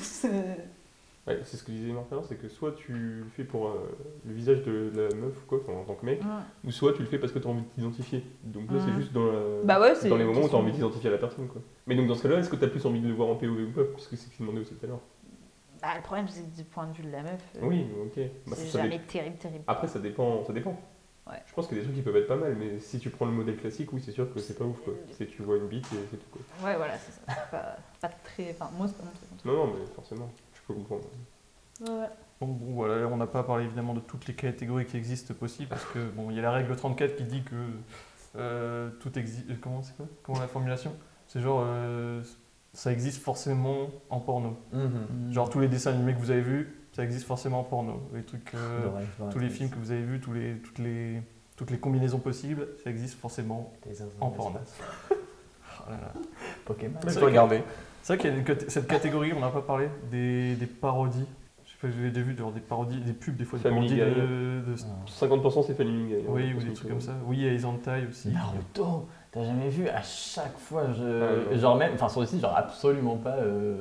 Ouais, c'est ce que disait Marc avant, c'est que soit tu le fais pour le visage de la meuf ou quoi, en tant que mec, ou soit tu le fais parce que tu as envie de t'identifier. Donc là, c'est Mhm. juste dans, Bah ouais, c'est dans les moments où tu as question. envie d'identifier à la personne. Quoi. Mais donc dans ce cas-là, est-ce que tu as plus envie de le voir en POV ou pas? Puisque c'est ce que tu demandais aussi tout à l'heure. Bah, le problème, c'est que du point de vue de la meuf, Oui, ok. Bah, c'est ça jamais terrible. Après, ça dépend. Ouais. Je pense que des trucs qui peuvent être pas mal, mais si tu prends le modèle classique, oui, c'est sûr que c'est pas ouf. Quoi. C'est tu vois une bite et c'est tout. Quoi. Ouais, voilà, c'est ça. C'est pas très. Enfin, moi, c'est pas mon truc. en tout Non, non, mais forcément, je peux comprendre. cas. Ouais. Bon, voilà, on n'a pas parlé évidemment de toutes les catégories qui existent possibles, parce que bon, il y a la règle 34 qui dit que tout existe. Comment c'est quoi? Comment la formulation? C'est genre ça existe forcément en porno. Genre tous les dessins animés que vous avez vus, ça existe forcément en porno. Les trucs, tous les films que vous avez vus, toutes les combinaisons possibles, ça existe forcément en porno. Oh là là. Pokémon. C'est vrai qu'il y a cette catégorie, on n'a pas parlé des parodies. Je J'ai déjà vu des parodies, des pubs, des fois, des Family parodies Guy. de... 50% c'est Family Guy. Oui, ou des trucs comme ça. Oui, il y a Isentai aussi. Naruto, t'as jamais vu à chaque fois, genre même, enfin sur le site, genre absolument pas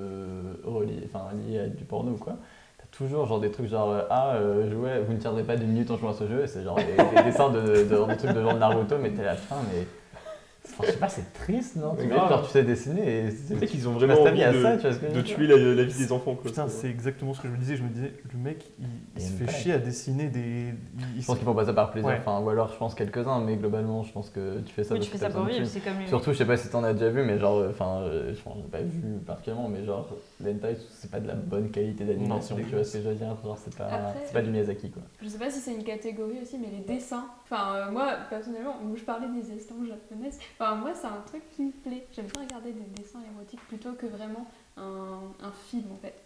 lié à du porno ou quoi. T'as toujours genre des trucs genre jouer, vous ne tiendrez pas 2 minutes en jouant à ce jeu, et c'est genre des dessins de trucs de genre de Naruto, mais t'es à la fin, mais. Enfin, je sais pas, c'est triste, non? Genre, tu sais dessiner et tu sais qu'ils ont vraiment envie de tuer la vie des enfants. Quoi. Putain, c'est exactement ce que je me disais. Je me disais, le mec, il se fait chier à dessiner des. Je pense qu'ils font pas ça par plaisir. Ouais. Enfin, ou alors, je pense quelques-uns, mais globalement, je pense que tu fais ça. Oui, tu fais ça pour vivre, c'est comme. Surtout, je sais pas si t'en as déjà vu, mais genre, je pense que j'ai pas vu particulièrement, mais genre, l'hentai, c'est pas de la bonne qualité d'animation. Tu vois ce que je veux dire? Genre, c'est pas du Miyazaki, quoi. Je sais pas si c'est une catégorie aussi, mais les dessins. Enfin, moi, personnellement, où je parlais des estampes japonaises, enfin, moi, c'est un truc qui me plaît. J'aime bien regarder des dessins érotiques plutôt que vraiment un film, en fait.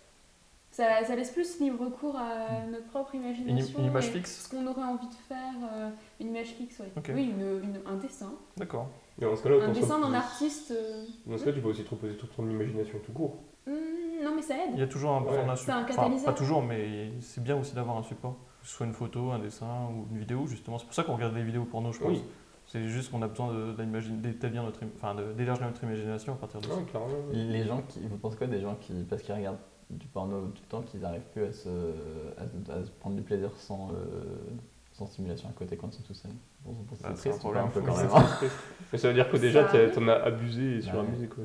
Ça laisse plus libre cours à notre propre imagination. Une image fixe? Ce qu'on aurait envie de faire, une image fixe, oui. Okay. Oui, un dessin. D'accord. Un dessin d'un artiste. Dans ce cas, tu peux aussi te reposer toute ton imagination tout court. Non, mais ça aide. Il y a toujours un support. C'est un catalyseur. Pas toujours, mais c'est bien aussi d'avoir un support. Que ce soit une photo, un dessin ou une vidéo, justement. C'est pour ça qu'on regarde des vidéos porno, je pense. Oui. C'est juste qu'on a besoin d'établir d'élargir notre imagination à partir de ça. Les gens vous pensez quoi des gens parce qu'ils regardent du porno tout le temps, qu'ils n'arrivent plus à se prendre du plaisir sans stimulation à côté quand ils sont tout seuls? C'est triste, un peu quand même. Mais ça veut dire que déjà t'en as abusé et suramusé, quoi.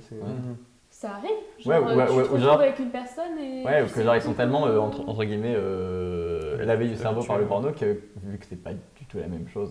Ça arrive. Genre, tu te retrouves avec une personne et. Ouais, ou que genre ils sont tellement entre guillemets lavés du cerveau par le porno que vu que c'est pas du tout la même chose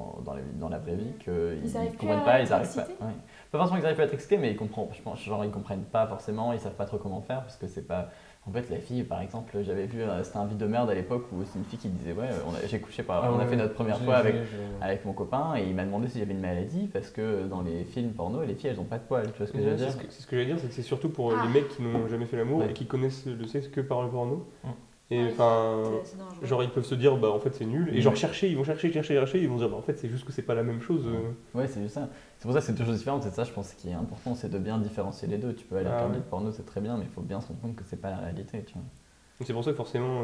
dans la vraie vie, qu'ils comprennent pas, ils arrivent pas. Ouais. Pas forcément qu'ils arrivent pas à être excités, mais je pense genre ils comprennent pas forcément, ils savent pas trop comment faire parce que c'est pas. En fait, la fille, par exemple, j'avais vu, c'était un vide de merde à l'époque où c'est une fille qui disait j'ai couché on a fait notre première fois avec mon copain et il m'a demandé si j'avais une maladie parce que dans les films porno, les filles elles ont pas de poils, tu vois ce que je veux dire? C'est ce que j'allais dire, c'est que c'est surtout pour les mecs qui n'ont jamais fait l'amour et qui connaissent le sexe que par le porno. Et enfin, genre ils peuvent se dire en fait c'est nul et genre ils vont chercher, ils vont dire en fait c'est juste que c'est pas la même chose. Ouais, c'est juste ça. C'est pour ça que c'est deux choses différentes, c'est ça je pense qui est important, c'est de bien différencier les deux. Tu peux aller regarder le porno, c'est très bien, mais il faut bien se rendre compte que c'est pas la réalité, tu vois. C'est pour ça que forcément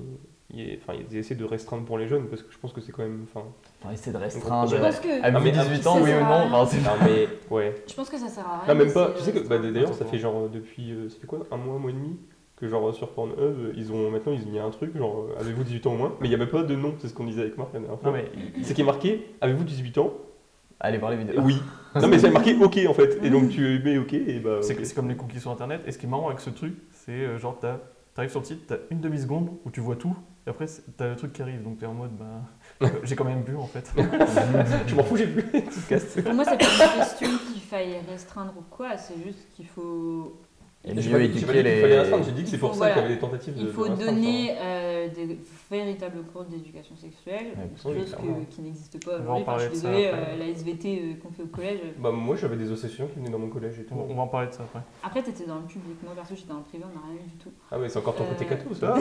ils essaient de restreindre pour les jeunes parce que je pense que c'est quand même essayer de restreindre à 18 ans oui ou non, non mais ouais. Je pense que ça sert à rien. Non même pas, tu sais que d'ailleurs ça fait genre depuis ça fait quoi un mois et demi que genre sur Pornhub, ils ont mis un truc genre avez-vous 18 ans au moins, mais il n'y avait pas de nom, c'est ce qu'on disait avec Marc la dernière fois. Non, mais... C'est qui est marqué avez-vous 18 ans? Allez voir les vidéos. Oui. Non mais ça est marqué OK en fait, et donc tu mets OK et bah. C'est comme les cookies sur internet, et ce qui est marrant avec ce truc, c'est genre t'arrives sur le site, t'as une demi-seconde où tu vois tout, et après t'as le truc qui arrive, donc t'es en mode j'ai quand même bu en fait. Je m'en fous, j'ai bu. Pour moi c'est pas une question qu'il faille restreindre ou quoi, c'est juste qu'il faut... J'ai dit qu'il fallait restreindre, j'ai dit que c'est pour ça qu'il y avait des tentatives de il faut donner des véritables cours d'éducation sexuelle, chose qui n'existe pas aujourd'hui. Je suis désolée, la SVT qu'on fait au collège. Moi j'avais des associations qui venaient dans mon collège et tout. On va en parler de ça après. Après t'étais dans le public, moi perso j'étais dans le privé, on n'a rien eu du tout. Ah ouais, c'est encore ton côté catho ça.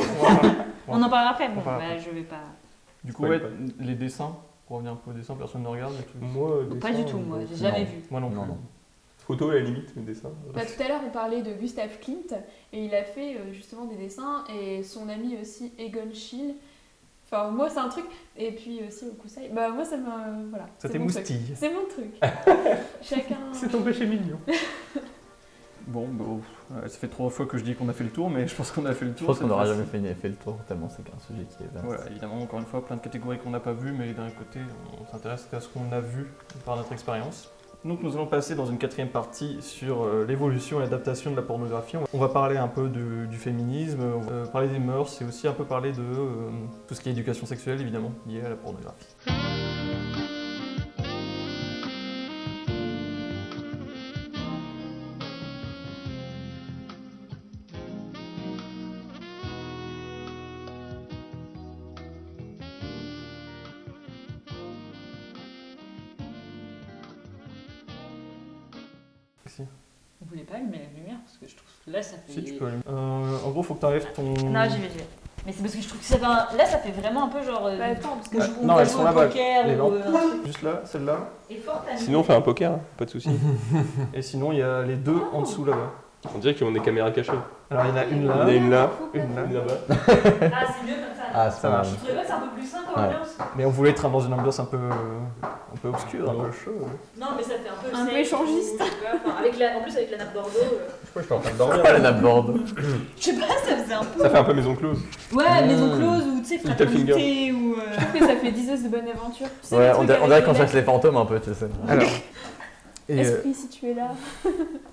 On en parlera après, je vais pas... Du coup les dessins, pour revenir un peu aux dessins, personne ne regarde les trucs? Moi, pas du tout, moi j'ai jamais vu. Moi non plus. Photo à la limite, le dessin. Tout à l'heure, on parlait de Gustav Klimt et il a fait justement des dessins et son ami aussi Egon Schiele. Enfin, moi, c'est un truc. Et puis aussi Okusai. Moi, ça me. Voilà. Ça t'émoustille. C'est mon truc. Chacun. C'est ton péché mignon. Bon, ça fait 3 fois que je dis qu'on a fait le tour, mais je pense qu'on a fait le tour. Je pense qu'on n'aura jamais fait le tour, tellement c'est qu'un sujet qui est vaste. Voilà, évidemment, encore une fois, plein de catégories qu'on n'a pas vues, mais d'un côté, on s'intéresse à ce qu'on a vu par notre expérience. Donc nous allons passer dans une 4e partie sur l'évolution et l'adaptation de la pornographie. On va parler un peu du féminisme, parler des mœurs et aussi un peu parler de tout ce qui est éducation sexuelle évidemment lié à la pornographie. Vous voulez pas allumer la lumière parce que je trouve que là ça fait... Si tu peux allumer. En gros faut que tu enlèves ton... Non j'y vais. Mais c'est parce que je trouve que ça fait là ça fait vraiment un peu genre... attends, parce que non elles sont là-bas, les lampes. Juste là, celle-là. Sinon on fait un poker, pas de soucis. Et sinon il y a les deux en dessous là-bas. On dirait qu'ils ont des caméras cachées. Alors il y en a une là. Il y en a une là, une là-bas. Ah, c'est mieux comme ça. Ah, ça marche. Je trouvais pas que c'est un peu plus sain comme ambiance. Mais on voulait être dans une ambiance un peu obscure, un peu chaude. Non, mais ça fait un peu. Un peu échangiste. En plus, avec la nappe Bordeaux. Je crois que j'étais en train de dormir. La nappe Bordeaux. Je sais pas, ça faisait un peu. Ça fait un peu maison close. Ouais, maison close ou tu sais, fraternité ou. Je trouve que ça fait 10 os de bonne aventure. Tu sais, Ouais, le on truc dirait avec qu'on les cherche les fantômes un peu, tu sais. Alors. Esprit, si tu es là.